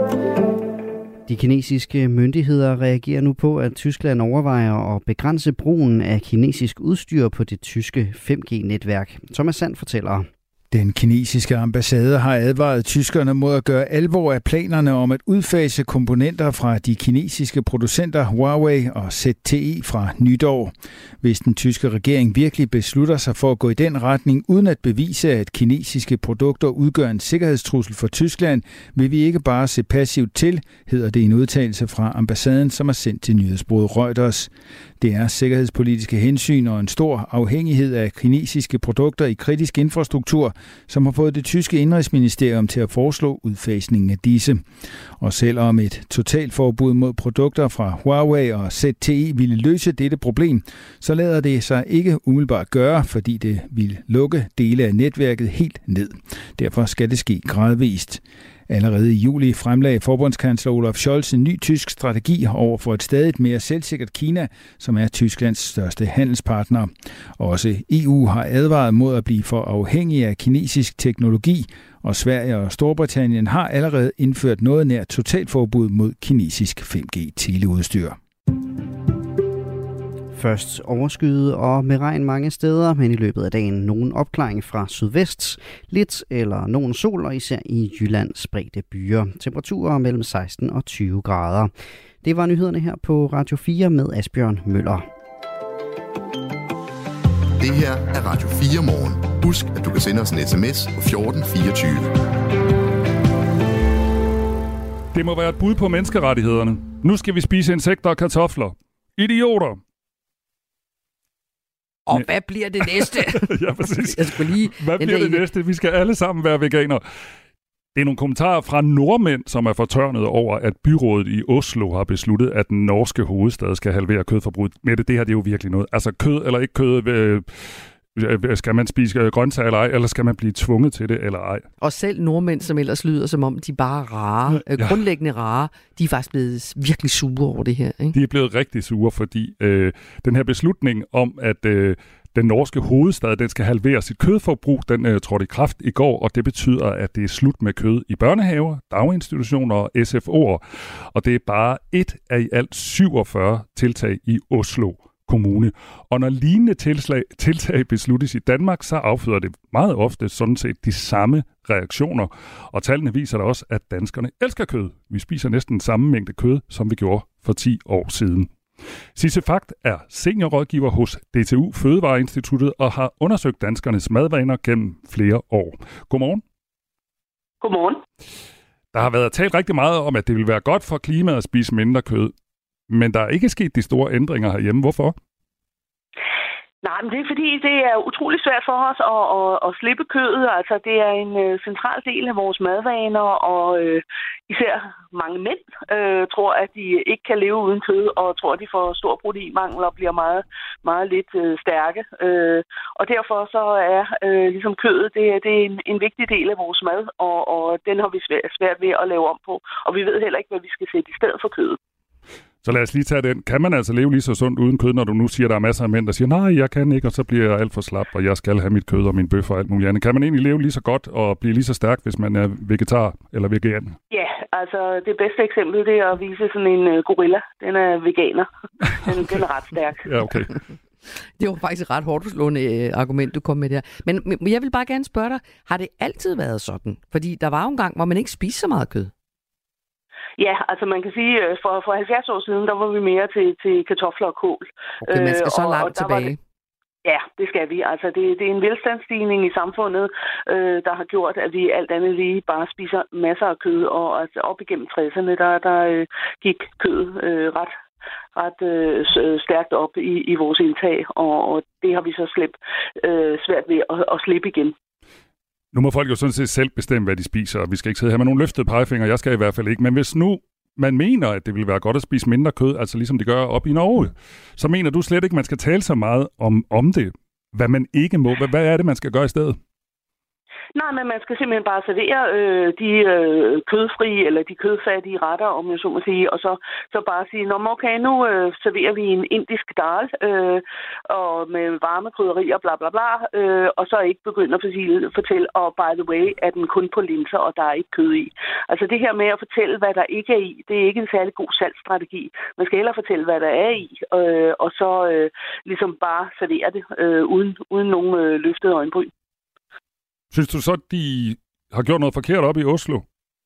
De kinesiske myndigheder reagerer nu på, at Tyskland overvejer at begrænse brugen af kinesisk udstyr på det tyske fem G-netværk. Thomas Sand fortæller. Den kinesiske ambassade har advaret tyskerne mod at gøre alvor af planerne om at udfase komponenter fra de kinesiske producenter Huawei og Z T E fra nytår. Hvis den tyske regering virkelig beslutter sig for at gå i den retning uden at bevise, at kinesiske produkter udgør en sikkerhedstrussel for Tyskland, vil vi ikke bare se passivt til, hedder det i en udtalelse fra ambassaden, som er sendt til nyhedsbureauet Reuters. Det er sikkerhedspolitiske hensyn og en stor afhængighed af kinesiske produkter i kritisk infrastruktur, som har fået det tyske indrigsministerium til at foreslå udfasningen af disse. Og selvom et totalforbud mod produkter fra Huawei og Z T E ville løse dette problem, så lader det sig ikke umiddelbart gøre, fordi det vil lukke dele af netværket helt ned. Derfor skal det ske gradvist. Allerede i juli fremlagde forbundskansler Olaf Scholz en ny tysk strategi over for et stadig mere selvsikkert Kina, som er Tysklands største handelspartner. Også E U har advaret mod at blive for afhængig af kinesisk teknologi, og Sverige og Storbritannien har allerede indført noget nær totalforbud mod kinesisk fem G-teleudstyr. Først overskyet og med regn mange steder, men i løbet af dagen nogen opklaring fra sydvest, lidt eller nogen sol, og især i Jylland spredte byer. Temperaturer mellem seksten og tyve grader. Det var nyhederne her på Radio fire med Asbjørn Møller. Det her er Radio fire morgen. Husk, at du kan sende os en sms på fjorten fireogtyve. Det må være et bud på menneskerettighederne. Nu skal vi spise insekter og kartofler. Idioter! Og hvad bliver det næste? Ja, præcis. Jeg skulle lige hvad bliver det næste? Vi skal alle sammen være veganere. Det er nogle kommentarer fra nordmænd, som er fortørnet over, at byrådet i Oslo har besluttet, at den norske hovedstad skal halvere kødforbruget. Men det, det her det er jo virkelig noget. Altså kød eller ikke kød. Øh, Skal man spise grøntsager eller ej, eller skal man blive tvunget til det eller ej? Og selv nordmænd, som ellers lyder som om, de bare er rare, ja. grundlæggende rare, de er faktisk blevet virkelig sure over det her. Ikke? De er blevet rigtig sure, fordi øh, den her beslutning om, at øh, den norske hovedstad, den skal halvere sit kødforbrug, den øh, trådte i kraft i går, og det betyder, at det er slut med kød i børnehaver, daginstitutioner og S F O'er. Og det er bare et af i alt syvogfyrre tiltag i Oslo Kommune. Og når lignende tilslag, tiltag besluttes i Danmark, så afføder det meget ofte sådan set de samme reaktioner. Og tallene viser da også, at danskerne elsker kød. Vi spiser næsten samme mængde kød, som vi gjorde for ti år siden. Sisse Fagt er seniorrådgiver hos D T U Fødevareinstituttet og har undersøgt danskernes madvaner gennem flere år. Godmorgen. Godmorgen. Der har været talt rigtig meget om, at det vil være godt for klimaet at spise mindre kød. Men der er ikke sket de store ændringer herhjemme. Hvorfor? Nej, men det er fordi, det er utrolig svært for os at, at, at slippe kødet. Altså, det er en uh, central del af vores madvaner, og uh, især mange mænd uh, tror, at de ikke kan leve uden kød, og tror, at de får stor proteinmangel og bliver meget, meget lidt uh, stærke. Uh, og derfor så er uh, ligesom kødet, det, det er en, en vigtig del af vores mad, og, og den har vi svært, svært ved at lave om på. Og vi ved heller ikke, hvad vi skal sætte i stedet for kødet. Så lad os lige tage den. Kan man altså leve lige så sundt uden kød, når du nu siger, at der er masser af mænd, der siger, nej, jeg kan ikke, og så bliver jeg alt for slap, og jeg skal have mit kød og min bøf og alt muligt andet. Kan man egentlig leve lige så godt og blive lige så stærk, hvis man er vegetar eller vegan? Ja, altså det bedste eksempel, det er at vise sådan en uh, gorilla. Den er veganer. Den, den er ret stærk. Ja, okay. Det var faktisk et ret hårdt slående øh, argument, du kom med der. Men, men jeg vil bare gerne spørge dig, har det altid været sådan? Fordi der var jo en gang, hvor man ikke spiste så meget kød. Ja, altså man kan sige, at for, for halvfjerds år siden, der var vi mere til, til kartofler og kål. Okay, man skal så øh, langt tilbage. Det, ja, det skal vi. Altså det, det er en velstandsstigning i samfundet, øh, der har gjort, at vi alt andet lige bare spiser masser af kød. Og altså, op igennem tresserne, der, der øh, gik kød øh, ret ret øh, stærkt op i, i vores indtag, og, og det har vi så slæbt, øh, svært ved at, at slippe igen. Nu må folk jo sådan set selv bestemme, hvad de spiser, og vi skal ikke sidde her med nogle løftede pegefinger. Jeg skal i hvert fald ikke. Men hvis nu man mener, at det vil være godt at spise mindre kød, altså ligesom det gør op i Norge, så mener du slet ikke, man skal tale så meget om, om det, hvad man ikke må. Hvad, hvad er det, man skal gøre i stedet? Nej, men man skal simpelthen bare servere øh, de øh, kødfrie eller de kødfattige retter, om jeg så må sige, og så, så bare sige, nå okay, nu øh, serverer vi en indisk dal øh, og med varme krydderier, bla bla bla, øh, og så ikke begynde at fortælle, fortælle, og by the way, er den kun på linser, og der er ikke kød i. Altså det her med at fortælle, hvad der ikke er i, det er ikke en særlig god salgsstrategi. Man skal hellere fortælle, hvad der er i, øh, og så øh, ligesom bare servere det øh, uden, uden nogen øh, løftede øjenbryn. Synes du så, de har gjort noget forkert op i Oslo?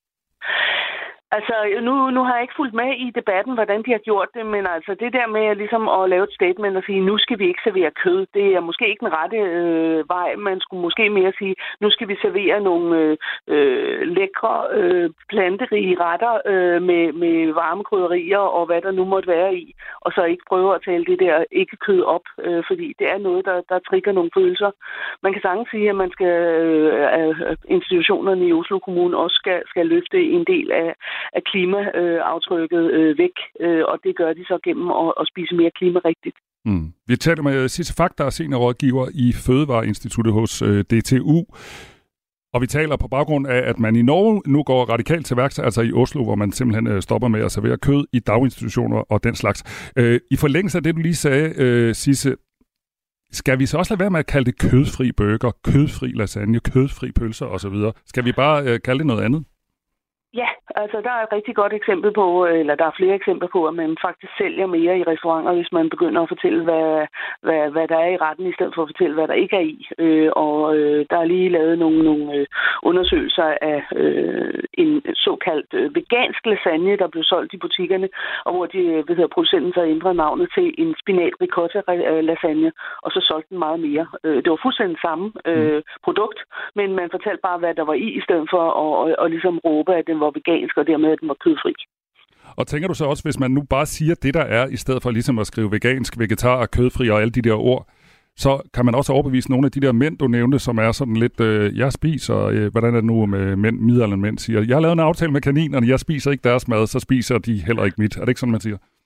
Altså, nu, nu har jeg ikke fulgt med i debatten, hvordan de har gjort det, men altså det der med ligesom at lave et statement og sige, nu skal vi ikke servere kød, det er måske ikke den rette øh, vej. Man skulle måske mere sige, nu skal vi servere nogle øh, lækre, øh, planterige retter øh, med, med varme krydderier og hvad der nu måtte være i, og så ikke prøve at tale det der ikke kød op, øh, fordi det er noget, der, der trigger nogle følelser. Man kan sagtens sige, at man skal, øh, institutionerne i Oslo Kommune også skal, skal løfte en del af af klimaaftrykket øh, væk, øh, og det gør de så gennem at, at spise mere klimarigtigt. Mm. Vi taler med Sisse Fagt, der er seniorrådgiver i Fødevareinstituttet hos øh, D T U, og vi taler på baggrund af, at man i Norge nu går radikalt til værks, altså i Oslo, hvor man simpelthen øh, stopper med at servere kød i daginstitutioner og den slags. Øh, I forlængelse af det, du lige sagde, øh, Sisse, skal vi så også lade være med at kalde det kødfri burger, kødfri lasagne, kødfri pølser osv.? Skal vi bare øh, kalde det noget andet? Ja, altså der er et rigtig godt eksempel på, eller der er flere eksempler på, at man faktisk sælger mere i restauranter, hvis man begynder at fortælle, hvad, hvad, hvad der er i retten, i stedet for at fortælle, hvad der ikke er i. Øh, og øh, der er lige lavet nogle, nogle øh, undersøgelser af øh, en såkaldt øh, vegansk lasagne, der blev solgt i butikkerne, og hvor de, hvad hedder, producenten så ændrede navnet til en spinat ricotta lasagne, og så solgte den meget mere. Øh, det var fuldstændig samme øh, produkt, men man fortalte bare, hvad der var i, i stedet for at og, og ligesom råbe, at den var vegansk, og dermed at den var kødfri. Og tænker du så også, hvis man nu bare siger det, der er, i stedet for ligesom at skrive vegansk, vegetar, kødfri og alle de der ord, så kan man også overbevise nogle af de der mænd, du nævnte, som er sådan lidt, øh, jeg spiser, øh, hvordan er det nu med mænd, middelaldrende mænd siger, jeg har lavet en aftale med kaninerne, jeg spiser ikke deres mad, så spiser de heller ikke mit. Er det ikke sådan, man siger?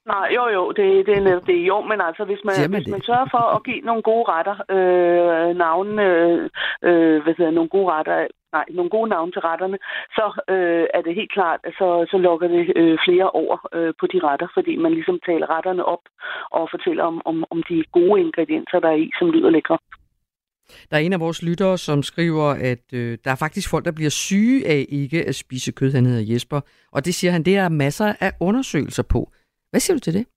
Nej, jo jo, det, det er netop det. Jo, men altså, hvis man, hvis man sørger for at give nogle gode retter, øh, navne, øh, hvad hedder, nogle gode retter, nej, nogle gode navne til retterne, så øh, er det helt klart, at så, så lokker det øh, flere over øh, på de retter, fordi man ligesom taler retterne op og fortæller om, om, om de gode ingredienser, der er i, som lyder lækre. Der er en af vores lyttere, som skriver, at øh, der er faktisk folk, der bliver syge af ikke at spise kød. Han hedder Jesper, og det siger han, det er masser af undersøgelser på. Hvad siger du til det?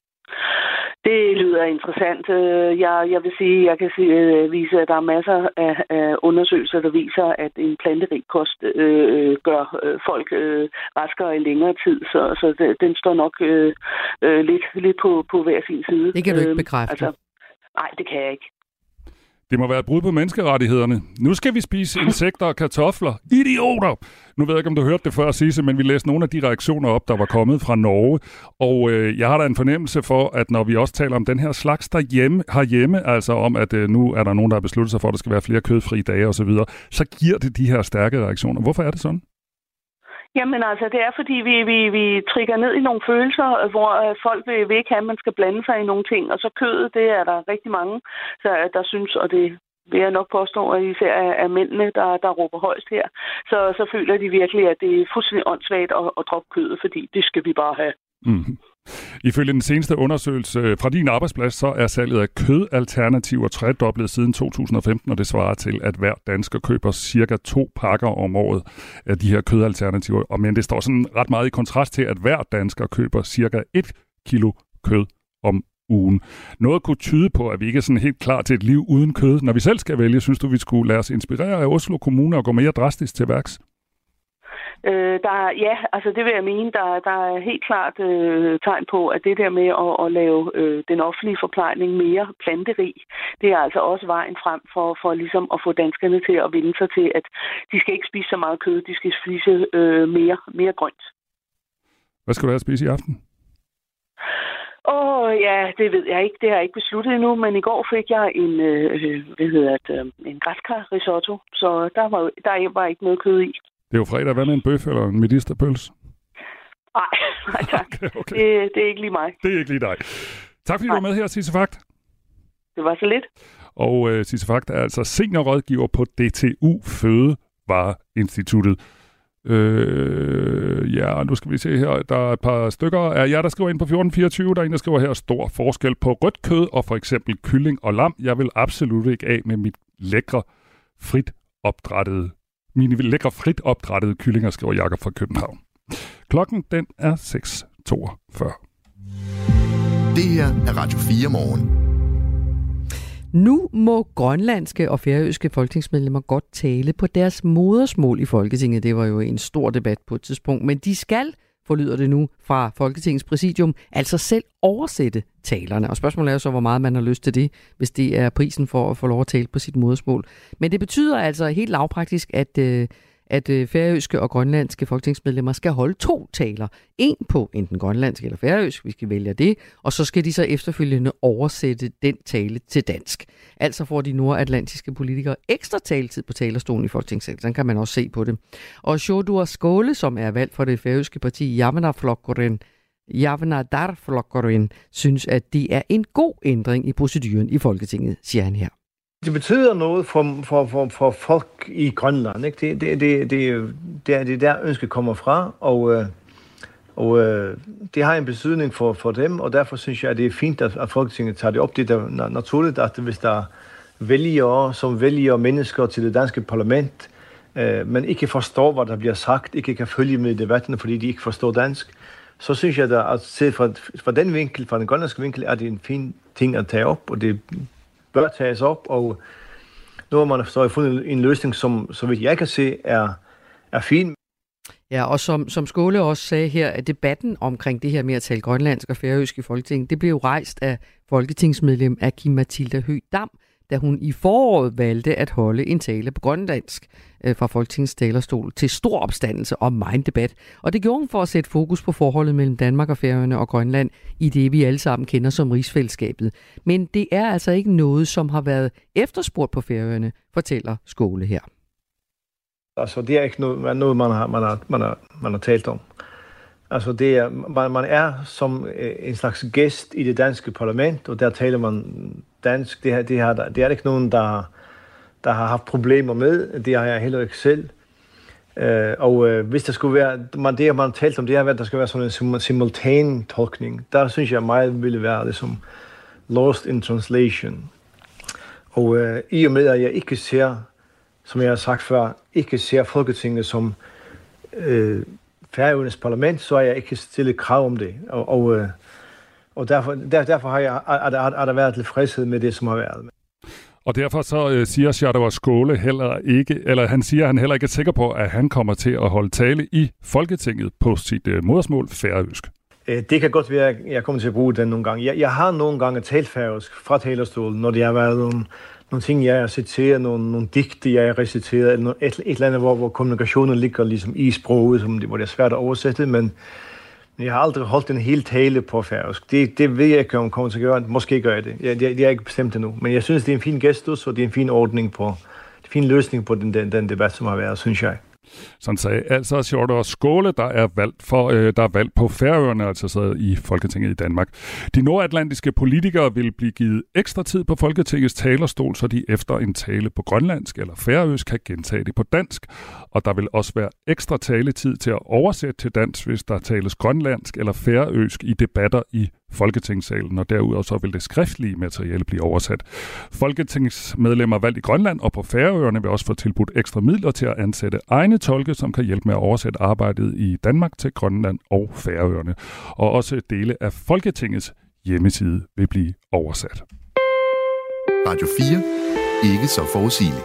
Det lyder interessant. Jeg, jeg vil sige, jeg kan sige, vise, at der er masser af, af undersøgelser, der viser, at en planterig kost øh, gør øh, folk øh, raskere i længere tid. Så, så det, den står nok øh, øh, lidt, lidt på, på hver sin side. Det kan du ikke bekræfte. Altså, nej, det kan jeg ikke. Det må være et brud på menneskerettighederne. Nu skal vi spise insekter og kartofler. Idioter! Nu ved jeg ikke, om du hørte det før, Sisse, men vi læste nogle af de reaktioner op, der var kommet fra Norge. Og øh, jeg har da en fornemmelse for, at når vi også taler om den her slags derhjemme, herhjemme, altså om, at øh, nu er der nogen, der har besluttet sig for, at der skal være flere kødfrie dage osv., så, så giver det de her stærke reaktioner. Hvorfor er det sådan? Jamen altså, det er fordi, vi, vi, vi trigger ned i nogle følelser, hvor øh, folk vil, vil ikke have, at man skal blande sig i nogle ting. Og så kødet, det er der rigtig mange, så, der synes, og det vil jeg nok påstå, at især er mændene, der, der råber højst her. Så, så føler de virkelig, at det er fuldstændig åndssvagt at, at droppe kødet, fordi det skal vi bare have. Mm. Ifølge den seneste undersøgelse fra din arbejdsplads, så er salget af kødalternativer tredoblet siden to tusind og femten, og det svarer til, at hver dansker køber cirka to pakker om året af de her kødalternativer. Og men det står sådan ret meget i kontrast til, at hver dansker køber cirka et kilo kød om ugen. Noget kunne tyde på, at vi ikke er sådan helt klar til et liv uden kød. Når vi selv skal vælge, synes du, vi skulle lade os inspirere af Oslo Kommune og gå mere drastisk til værks? Øh, der, ja, altså det vil jeg mene, der, der er helt klart øh, tegn på, at det der med at, at lave øh, den offentlige forplejning mere planterig, det er altså også vejen frem for, for ligesom at få danskerne til at vende sig til, at de skal ikke spise så meget kød, de skal spise øh, mere, mere grønt. Hvad skal du have at spise i aften? Åh, oh, ja, det ved jeg ikke. Det har jeg ikke besluttet endnu, men i går fik jeg en, øh, hvad hedder det, en græskar risotto, så der var, der var ikke noget kød i. Det er jo fredag. Hvad med en bøf eller en medisterpølse? Nej, nej tak. Okay, okay. Det, det er ikke lige mig. Det er ikke lige dig. Tak fordi nej. Du var med her, Sisse Fagt. Det var så lidt. Og uh, Sisse Fagt er altså seniorrådgiver på D T U Fødevareinstituttet. Øh, ja, nu skal vi se her. Der er et par stykker af jer, der skriver ind på fjorten fireogtyve. Der er en, der skriver her, stor forskel på rødt kød og for eksempel kylling og lam. Jeg vil absolut ikke af med mit lækre, frit opdrættede Mine lækre frit opdrættede kyllinger, skriver Jakob fra København. Klokken, den er seks toogfyrre. Det her er Radio fire morgen. Nu må grønlandske og færøske folketingsmedlemmer godt tale på deres modersmål i Folketinget. Det var jo en stor debat på et tidspunkt, men de skal, forlyder det nu fra Folketingets præsidium, altså selv oversætte talerne. Og spørgsmålet er jo så, hvor meget man har lyst til det, hvis det er prisen for at få lov at tale på sit modersmål. Men det betyder altså helt lavpraktisk, at, at færøske og grønlandske folketingsmedlemmer skal holde to taler. En på enten grønlandsk eller færøsk, vi skal vælge det, og så skal de så efterfølgende oversætte den tale til dansk. Altså får de nordatlantiske politikere ekstra taletid på talerstolen i Folketingssalen. Sådan kan man også se på det. Og Sjodor Skåle, som er valgt for det færøske parti Javnaðarflokkurin, Javnaðarflokkurin, synes, at det er en god ændring i proceduren i Folketinget, siger han her. Det betyder noget for, for, for, for folk i Grønland. Ikke? Det, det, det, det, det er det, der ønsket kommer fra, og, og det har en betydning for, for dem, og derfor synes jeg, at det er fint, at, at Folketinget tager det op. Det er naturligt, at hvis der vælgere, som vælger mennesker til det danske parlament, øh, men ikke forstår, hvad der bliver sagt, ikke kan følge med i debatten, fordi de ikke forstår dansk, så synes jeg, at set fra, fra den vinkel, fra den grønlandske vinkel, er det en fin ting at tage op, og det bør tages op, og nu har man så fundet en løsning, som, så vidt jeg kan se, er, er fin. Ja, og som, som Skåle også sagde her, at debatten omkring det her med at tale grønlandsk og færøsk i Folketinget, det blev jo rejst af folketingsmedlem Aki-Matilda Høegh Dam, da hun i foråret valgte at holde en tale på grønlandsk øh, fra Folketingets talerstol til stor opstandelse og megen debat. Og det gjorde hun for at sætte fokus på forholdet mellem Danmark og Færøerne og Grønland i det, vi alle sammen kender som rigsfællesskabet. Men det er altså ikke noget, som har været efterspurgt på Færøerne, fortæller Skåle her. Altså, det er ikke noget, noget man, har, man, har, man, har, man har talt om. Altså, det er, man, man er som en slags gæst i det danske parlament, og der taler man dansk. Det, her, det, her, det er ikke nogen, der, der har haft problemer med. Det har jeg heller ikke selv. Uh, og uh, hvis der skulle være, man, det man talt om, det har været, der skal være sådan en simultan tolkning. Der synes jeg meget ville være det som lost in translation. Og uh, i og med, at jeg ikke ser, som jeg har sagt før, ikke ser Folketinget som uh, Færøernes parlament, så er jeg ikke stillet krav om det. Og, og, uh, og derfor, der, derfor har, jeg, er, der, er der været tilfredshed med det, som har været. Og derfor så øh, siger Sjálvur Skåle heller ikke, eller han siger, at han heller ikke er sikker på, at han kommer til at holde tale i Folketinget på sit øh, modersmål færøsk. Det kan godt være, at jeg kommer til at bruge den nogle gange. Jeg, jeg har nogle gange talt færøsk fra talerstolen, når det har været nogle, nogle ting, jeg har citeret, nogle, nogle digte, jeg har reciteret, eller et, et eller andet, hvor, hvor kommunikationen ligger ligesom i sproget, som det, hvor det er svært at oversætte, men jeg har aldrig holdt en hel tale på færøsk. Det, det ved jeg ikke, om jeg kommer til at gøre. Måske gør jeg det. Jeg, det, det er ikke bestemt endnu. Men jeg synes, det er en fin gestus, og det er en fin ordning på, en fin løsning på den, den, den debat, som har været, synes jeg. Sådan sagde altså Sjálvur Skåle, der er valgt for, øh, der er valgt på Færøerne, altså sad i Folketinget i Danmark. De nordatlantiske politikere vil blive givet ekstra tid på Folketingets talerstol, så de efter en tale på grønlandsk eller færøsk kan gentage det på dansk. Og der vil også være ekstra taletid til at oversætte til dansk, hvis der tales grønlandsk eller færøsk i debatter i Folketingssalen, og derudover så vil det skriftlige materiale blive oversat. Folketingsmedlemmer valgt i Grønland og på Færøerne vil også få tilbudt ekstra midler til at ansætte egne tolke, som kan hjælpe med at oversætte arbejdet i Danmark til Grønland og Færøerne. Og også dele af Folketingets hjemmeside vil blive oversat. Radio fire. Ikke så forudsigeligt.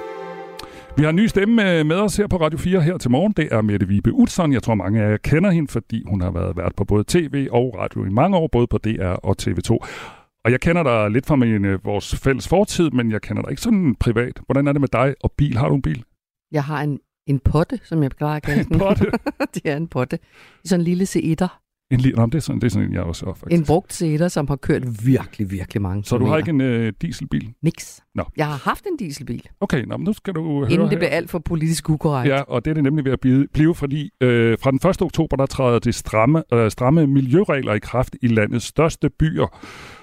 Vi har en ny stemme med os her på Radio fire her til morgen. Det er Mette Vibe Utzon. Jeg tror, mange af jer kender hende, fordi hun har været vært på både tv og radio i mange år, både på D R og T V to. Og jeg kender dig lidt fra min, vores fælles fortid, men jeg kender dig ikke sådan privat. Hvordan er det med dig og bil? Har du en bil? Jeg har en, en potte, som jeg plejer at kalde den. En potte? Det er en potte. Sådan en lille C et'er. En lille, det er sådan, det er sådan en, jeg også har, faktisk. En brugt C et'er, som har kørt virkelig, virkelig mange Så du har ikke en øh, dieselbil? Niks. Nå. Jeg har haft en dieselbil. Okay, nå, men nu skal du høre. Inden det blev alt for politisk ukorrekt. Ja, og det er det nemlig ved at blive, blive fordi øh, fra den første oktober, der træder det stramme, øh, stramme miljøregler i kraft i landets største byer.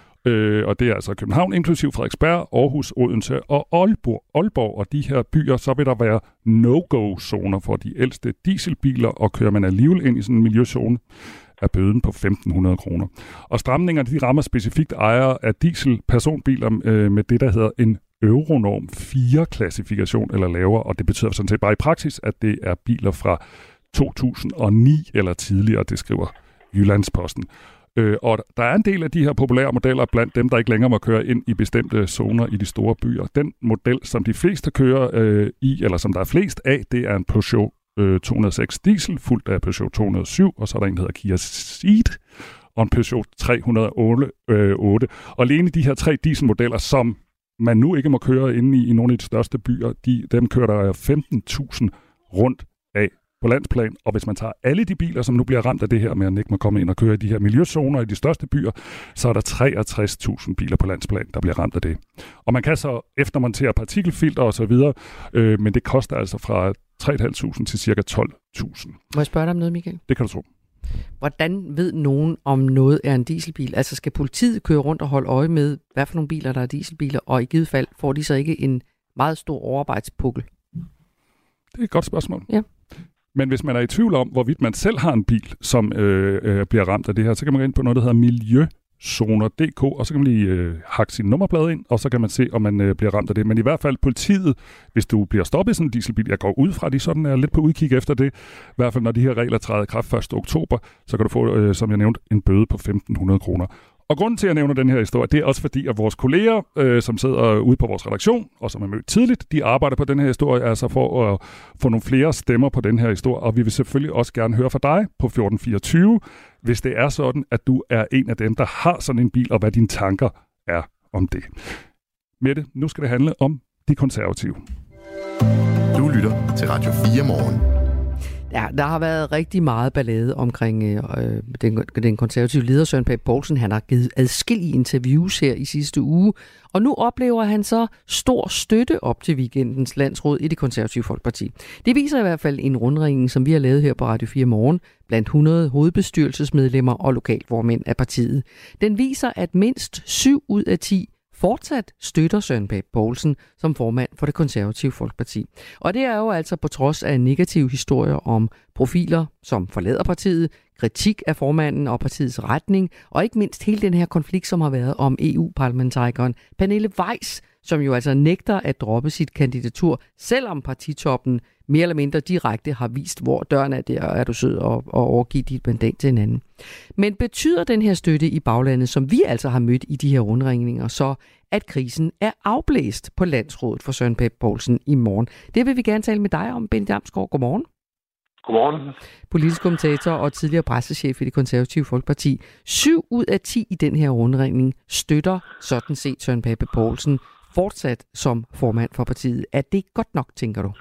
Øh, og det er altså København, inklusiv Frederiksberg, Aarhus, Odense og Aalborg. Aalborg. Og de her byer, så vil der være no-go-zoner for de ældste dieselbiler, og kører man alligevel ind i sådan en miljøzone, er bøden på femten hundrede kroner. Og stramningerne, de rammer specifikt ejere af dieselpersonbiler øh, med det, der hedder en Euronorm fire-klassifikation eller lavere, og det betyder sådan set bare i praksis, at det er biler fra to tusind og ni eller tidligere, det skriver Jyllandsposten. Øh, og der er en del af de her populære modeller blandt dem, der ikke længere må køre ind i bestemte zoner i de store byer. Den model, som de fleste kører øh, i, eller som der er flest af, det er en Peugeot to hundrede og seks diesel, fuldt af Peugeot to hundrede og syv, og så er der en, der hedder Kia Ceed, og en Peugeot tre hundrede og otte. Og alene de her tre dieselmodeller, som man nu ikke må køre inde i, i nogle af de største byer, de, dem kører der femten tusind rundt af på landsplan. Og hvis man tager alle de biler, som nu bliver ramt af det her med, at man ikke må komme ind og køre i de her miljøzoner i de største byer, så er der treogtres tusind biler på landsplan, der bliver ramt af det. Og man kan så eftermontere partikelfilter og så videre, øh, men det koster altså fra tre tusind fem hundrede til cirka tolv tusind. Må jeg spørge dig om noget, Michael? Det kan du tro. Hvordan ved nogen, om noget er en dieselbil? Altså skal politiet køre rundt og holde øje med, hvad for nogle biler, der er dieselbiler, og i givet fald får de så ikke en meget stor overarbejdspukkel? Det er et godt spørgsmål. Ja. Men hvis man er i tvivl om, hvorvidt man selv har en bil, som øh, øh, bliver ramt af det her, så kan man gå ind på noget, der hedder miljøzoner punktum d k, og så kan man lige øh, hakke sin nummerplade ind, og så kan man se, om man øh, bliver ramt af det. Men i hvert fald politiet, hvis du bliver stoppet i sådan en dieselbil, jeg går ud fra, de sådan er lidt på udkig efter det, i hvert fald når de her regler træder i kraft første oktober, så kan du få, øh, som jeg nævnte, en bøde på femten hundrede kroner. Og grunden til, at jeg nævner den her historie, det er også fordi, at vores kolleger, øh, som sidder ude på vores redaktion, og som er mødt tidligt, de arbejder på den her historie, altså for at få nogle flere stemmer på den her historie. Og vi vil selvfølgelig også gerne høre fra dig på fjorten fireogtyve, hvis det er sådan, at du er en af dem, der har sådan en bil, og hvad dine tanker er om det. Mette, nu skal det handle om de konservative. Du lytter til Radio fire morgen. Ja, der har været rigtig meget ballade omkring øh, den, den konservative leder Søren Pape Poulsen. Han har givet adskillige interviews her i sidste uge, og nu oplever han så stor støtte op til weekendens landsråd i det konservative Folkeparti. Det viser i hvert fald en rundringning, som vi har lavet her på Radio fire Morgen, blandt hundrede hovedbestyrelsesmedlemmer og lokalformænd af partiet. Den viser, at mindst syv ud af ti fortsat støtter Søren Pape Poulsen som formand for det konservative Folkeparti. Og det er jo altså på trods af negative historier om profiler, som forlader partiet, kritik af formanden og partiets retning, og ikke mindst hele den her konflikt, som har været om E U-parlamentarikeren Pernille Weiss, som jo altså nægter at droppe sit kandidatur, selvom partitoppen mere eller mindre direkte har vist, hvor døren er der, og er du sød og, og overgive dit mandat til en anden. Men betyder den her støtte i baglandet, som vi altså har mødt i de her rundringninger, så at krisen er afblæst på landsrådet for Søren Pape Poulsen i morgen? Det vil vi gerne tale med dig om, Benny Damsgaard. Godmorgen. Godmorgen. Politisk kommentator og tidligere pressechef i det konservative Folkeparti. Syv ud af ti i den her rundringning støtter sådan set Søren Pape Poulsen fortsat som formand for partiet. Er det godt nok, tænker du?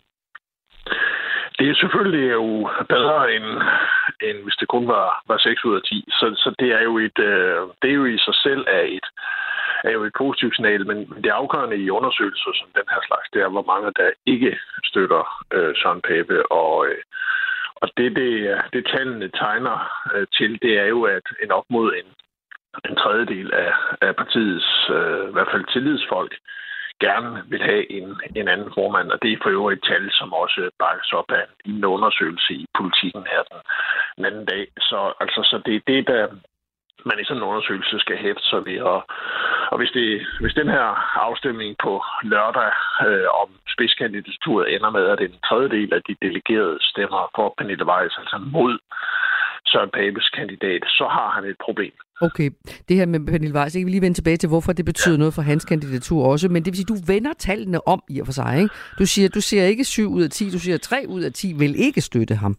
Det er selvfølgelig jo bedre end, end hvis det kun var, var seks ud af ti. Så, så det er jo et, det er jo i sig selv er et, er jo et positivt signal, men det afgørende i undersøgelser som den her slags, det er, hvor mange der ikke støtter øh, Søren Pape. Og, øh, og det, det, det tallene tegner øh, til, det er jo, at en op mod en, en tredjedel af, af partiets, øh, i hvert fald tillidsfolk, gerne vil have en, en anden formand, og det er for øvrigt et tal, som også bakkes op af en undersøgelse i Politikken her den, den anden dag. Så, altså, så det er det, der man i sådan en undersøgelse skal hæfte sig ved. Og, og hvis, det, hvis den her afstemning på lørdag øh, om spidskandidaturet ender med, at en tredjedel af de delegerede stemmer for Pernille Weiss, altså mod Søren Papes kandidat, så har han et problem. Okay, det her med Pernille Weiss, jeg vil lige vende tilbage til, hvorfor det betyder noget for hans kandidatur også, men det vil sige, du vender tallene om i og for sig, ikke? Du siger, du siger ikke syv ud af ti, du siger tre ud af ti vil ikke støtte ham.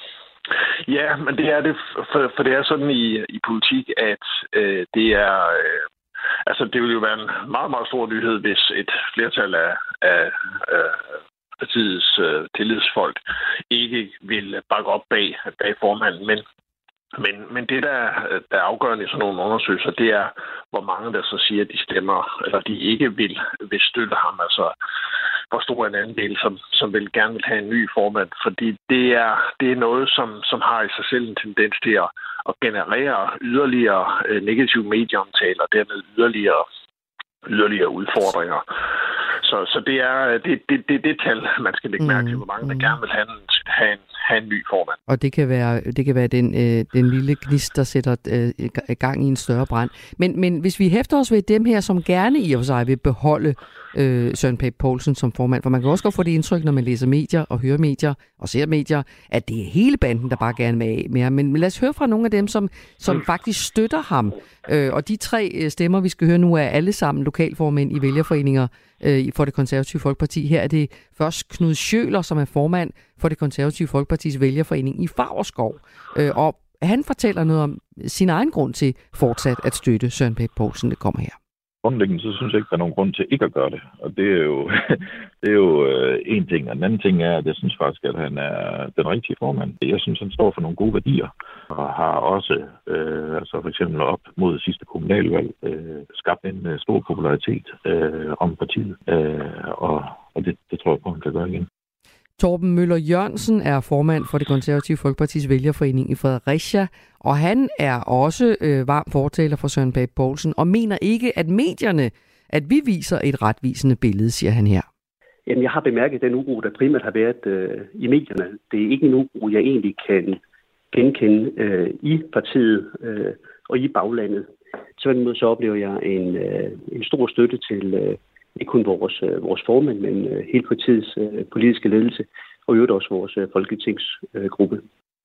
Ja, men det er det, for, for det er sådan i, i politik, at øh, det er, øh, altså det vil jo være en meget, meget stor nyhed, hvis et flertal af, af øh, partiets øh, tillidsfolk ikke vil bakke op bag, bag formanden, men Men, men det, der, der er afgørende i sådan nogle undersøgelser, det er, hvor mange der så siger, at de stemmer, eller de ikke vil, vil støtte ham. Altså, hvor stor en andel, som, som vil gerne vil have en ny formand. Fordi det er, det er noget, som, som har i sig selv en tendens til at, at generere yderligere øh, negative medieomtaler, og dermed yderligere, yderligere udfordringer. Så, så det er det, det, det, det tal, man skal lægge mærke til, hvor mange der gerne vil have en, have en, have en ny formand. Og det kan være, det kan være den, øh, den lille gnist, der sætter øh, gang i en større brand. Men, men hvis vi hæfter os ved dem her, som gerne i og for sig vil beholde øh, Søren Pape Poulsen som formand, for man kan også godt få det indtryk, når man læser medier og hører medier og ser medier, at det er hele banden, der bare gerne vil af med ham. Men, men lad os høre fra nogle af dem, som, som mm. faktisk støtter ham. Øh, og de tre stemmer, vi skal høre nu, er alle sammen lokalformænd i vælgerforeninger øh, for det konservative Folkeparti. Her er det først Knud Schøler, som er formand for det konservative Folkepartis vælgerforening i Favrskov. Øh, og han fortæller noget om sin egen grund til fortsat at støtte Søren Pape Poulsen. Det kommer her. Grundlæggende så synes jeg ikke, der er nogen grund til ikke at gøre det. Og det er jo, det er jo øh, en ting. Og den anden ting er, at jeg synes faktisk, at han er den rigtige formand. Jeg synes, han står for nogle gode værdier. Og har også, øh, altså for eksempel op mod sidste kommunalvalg, øh, skabt en øh, stor popularitet øh, om partiet. Øh, og og det, det tror jeg på, han kan gøre igen. Torben Møller Jørgensen er formand for det konservative Folkepartis vælgerforening i Fredericia, og han er også øh, varm fortaler for Søren Pape Poulsen, og mener ikke, at medierne, at vi viser et retvisende billede, siger han her. Jamen, jeg har bemærket den uro, der primært har været øh, i medierne. Det er ikke en uro, jeg egentlig kan genkende øh, i partiet øh, og i baglandet. Tværtimod så oplever jeg en, øh, en stor støtte til øh, ikke kun vores, øh, vores formand, men øh, hele partiets øh, politiske ledelse, og i øvrigt også vores øh, folketingsgruppe. Øh,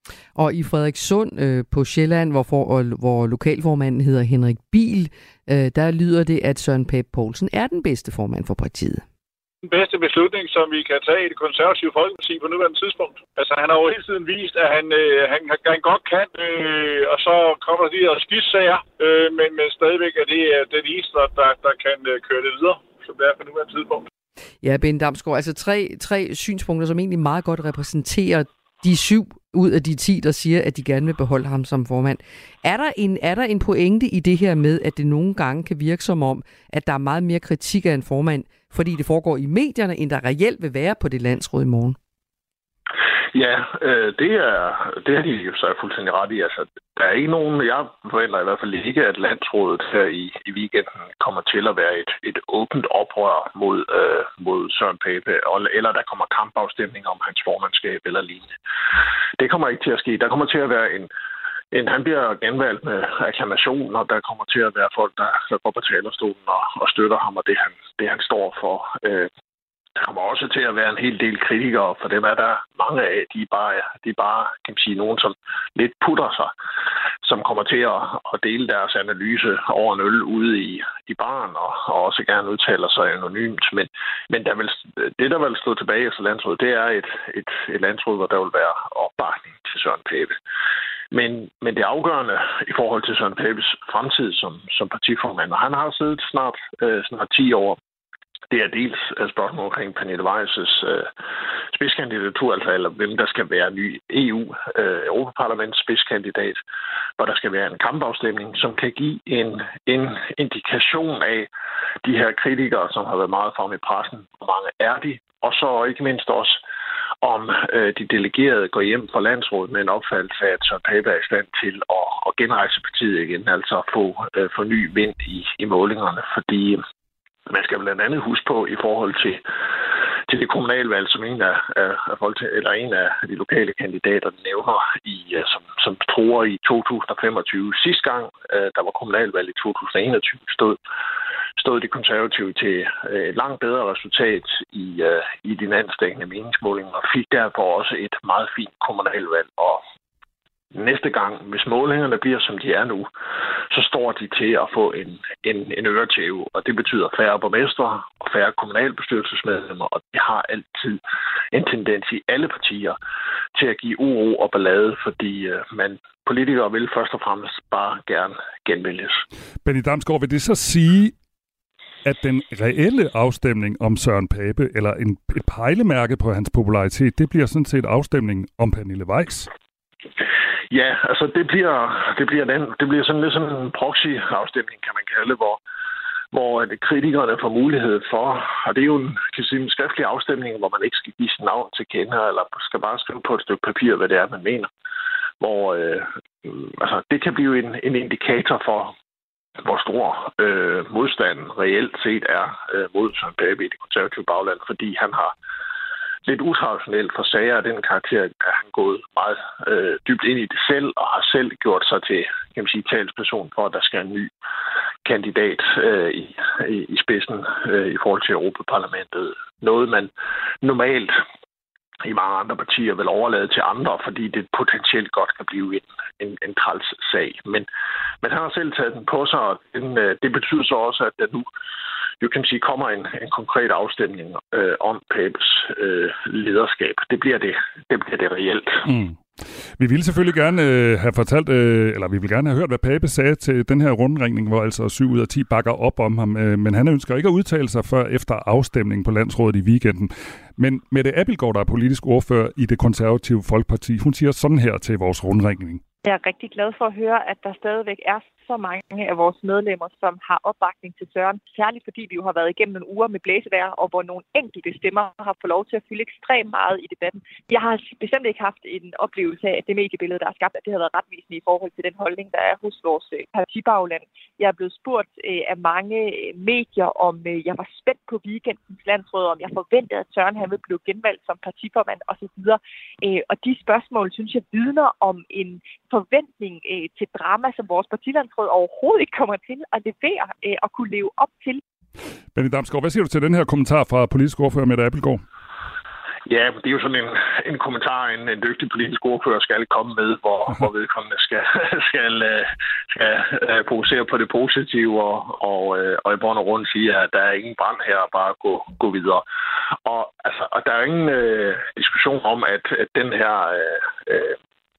og i Frederikssund øh, på Sjælland, hvor, for, hvor lokalformanden hedder Henrik Biel, øh, der lyder det, at Søren Pape Poulsen er den bedste formand for partiet. Den bedste beslutning, som vi kan tage i det konservative Folkeparti på nuværende tidspunkt. Altså, han har jo hele tiden vist, at han, øh, han, han godt kan, øh, og så kommer der de her skidssager, øh, men, men stadigvæk er det den eneste, der, der kan øh, køre det videre, som det er på nuværende tidspunkt. Ja, Ben Damsgaard, altså tre, tre synspunkter, som egentlig meget godt repræsenterer de syv ud af de ti, der siger, at de gerne vil beholde ham som formand. Er der en, er der en pointe i det her med, at det nogle gange kan virke som om, at der er meget mere kritik af en formand, fordi det foregår i medierne, end der reelt vil være på det landsråd i morgen? Ja, øh, det er det er de jo så fuldstændig ret i. Altså, der er ikke nogen, jeg forventer i hvert fald ikke, at landsrådet her i, i weekenden kommer til at være et, et åbent oprør mod, øh, mod Søren Pape, eller der kommer kampafstemning om hans formandskab eller lignende. Det kommer ikke til at ske. Der kommer til at være en En, han bliver genvalgt med akklamation, og der kommer til at være folk, der, der går på talerstolen og, og støtter ham, og det han, det, han står for. Øh, der kommer også til at være en hel del kritikere, for dem er der mange af. De er bare, de er bare kan man sige, nogen, som lidt putter sig, som kommer til at, at dele deres analyse over en øl ude i, i baren, og, og også gerne udtaler sig anonymt. Men, men der vil, det, der vil stå tilbage efter landsrådet, det er et, et, et landsråd, hvor der vil være opbakning til Søren Pape. Men, men det afgørende i forhold til Søren Papes fremtid som, som partiformand, og han har siddet snart, øh, snart ti år, det er dels et spørgsmål omkring Pernille Weiss' øh, spidskandidatur, altså eller hvem der skal være ny E U, øh, Europaparlaments spidskandidat, hvor der skal være en kampafstemning, som kan give en, en indikation af de her kritikere, som har været meget fremme i pressen, hvor mange er de, og så ikke mindst også, om øh, de delegerede går hjem fra landsrådet med en opfattelse af, at Søren Pape er i stand til at, at genrejse partiet igen, altså at få, øh, få ny vind i, i målingerne, fordi man skal blandt andet huske på i forhold til, til det kommunalvalg, som en af, af, eller en af de lokale kandidater nævner, i, som, som tror i to tusind og femogtyve. Sidste gang, der var kommunalvalg i to tusind og enogtyve, stod, stod de konservative til et langt bedre resultat i, i de landstækkende meningsmålinger, og fik derfor også et meget fint kommunalvalg. Og næste gang, hvis målingerne bliver, som de er nu, så står de til at få en, en, en øretæve, og det betyder færre borgmestre og færre kommunalbestyrelsesmedlemmer, og det har altid en tendens i alle partier til at give uro og ballade, fordi øh, man politikere vil først og fremmest bare gerne genvælges. Benny Damsgaard, vil det så sige, at den reelle afstemning om Søren Pape, eller en, et pejlemærke på hans popularitet, det bliver sådan set afstemningen om Pernille Weiss? Ja, altså det bliver, det bliver, den, det bliver sådan lidt sådan en proxy-afstemning, kan man kalde, hvor, hvor kritikerne får mulighed for, og det er jo en, kan sige, en skriftlig afstemning, hvor man ikke skal give sit navn til kende, eller skal bare skrive på et stykke papir, hvad det er, man mener. Hvor øh, altså, det kan blive en, en indikator for, hvor stor øh, modstanden reelt set er øh, mod Søren Pape i det konservative bagland, fordi han har lidt utraditionelt for sager af den karakter, at han gået meget øh, dybt ind i det selv, og har selv gjort sig til, kan man sige, talsperson for, at der skal en ny kandidat øh, i, i, i spidsen øh, i forhold til Europaparlamentet. Noget, man normalt i mange andre partier vil overlade til andre, fordi det potentielt godt kan blive en, en, en træls sag. Men, men han har selv taget den på sig, og den, øh, det betyder så også, at der nu jo kan sige, kommer en, en konkret afstemning øh, om Papes øh, lederskab. Det bliver det, det bliver det reelt. Mm. Vi ville selvfølgelig gerne øh, have fortalt, øh, eller vi vil gerne have hørt, hvad Pape sagde til den her rundringning, hvor altså syv ud af ti bakker op om ham, øh, men han ønsker ikke at udtale sig før efter afstemningen på landsrådet i weekenden. Men Mette Abildgaard, der er politisk ordfører i det konservative Folkeparti, hun siger sådan her til vores rundringning. Jeg er rigtig glad for at høre, at der stadigvæk er så mange af vores medlemmer, som har opbakning til Søren. Særligt fordi vi jo har været igennem nogle uger med blæsevejr, og hvor nogle enkelte stemmer har fået lov til at fylde ekstremt meget i debatten. Jeg har bestemt ikke haft en oplevelse af, at det mediebillede, der er skabt, at det har været retvisende i forhold til den holdning, der er hos vores partibagland. Jeg er blevet spurgt af mange medier, om jeg var spændt på weekendens landsråd, om jeg forventede, at Søren han ville blive genvalgt som partiformand osv. Og de spørgsmål, synes jeg, vidner om en forventning til drama, som vores partilandsråd overhovedet ikke kommer til at levere øh, og kunne leve op til. Benny Damsgaard, hvad siger du til den her kommentar fra politisk ordfører Mette Abildgaard? Ja, det er jo sådan en, en kommentar, en, en dygtig politisk ordfører skal komme med, hvor, hvor vedkommende skal, skal, skal, skal fokusere på det positive og, og, og i bund og grund sige, at der er ingen brand her, bare gå, gå videre. Og, altså, og der er ingen øh, diskussion om, at, at den her øh,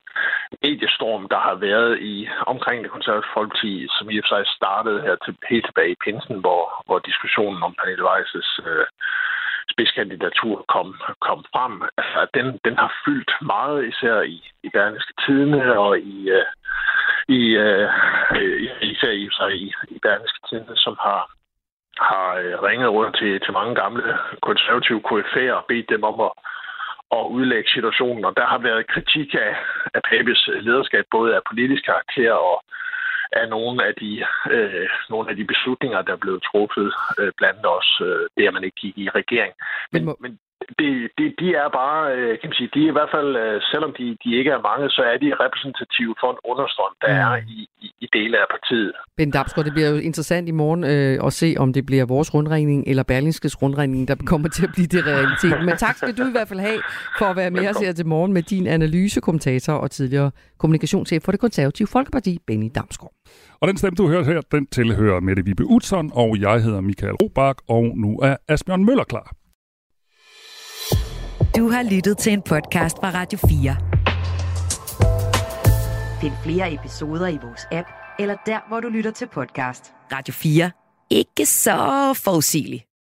mediestorm, der har været i omkring det konservative Folkeparti, som i og for sig startede her til, helt tilbage i pinsen, hvor, hvor diskussionen om Pernille Weiss' øh, spidskandidatur kom, kom frem, altså, at den, den har fyldt meget, især i, i Berlingske Tidende og i, uh, i uh, især i, i, i Berlingske Tidende, som har, har ringet rundt til, til mange gamle konservative K F A'er og bedt dem om at, at udlægge situationen. Og der har været kritik af, af Papes lederskab, både af politisk karakter og af nogle af de øh, nogle af de beslutninger, der er blevet truffet, øh, blandt også øh, det, at man ikke gik i regering. Men, men, men det, det, de er bare, øh, kan man sige, de er i hvert fald, øh, selvom de, de ikke er mange, så er de repræsentative for en understrøm, der mm. er i, i, i dele af partiet. Ben Damsgaard, det bliver jo interessant i morgen øh, at se, om det bliver vores rundringning eller Berlingskes rundringning, der kommer til at blive det realitet. Men tak skal du i hvert fald have for at være med os her til morgen med din analysekommentator og tidligere kommunikationschef for Det Konservative Folkeparti, Benny Damsgaard. Og den stemme, du hører her, den tilhører Mette Vibe Utzon, og jeg hedder Michael Robach, og nu er Asbjørn Møller klar. Du har lyttet til en podcast fra Radio fire. Find flere episoder i vores app, eller der, hvor du lytter til podcast. Radio fire. Ikke så forudsigeligt.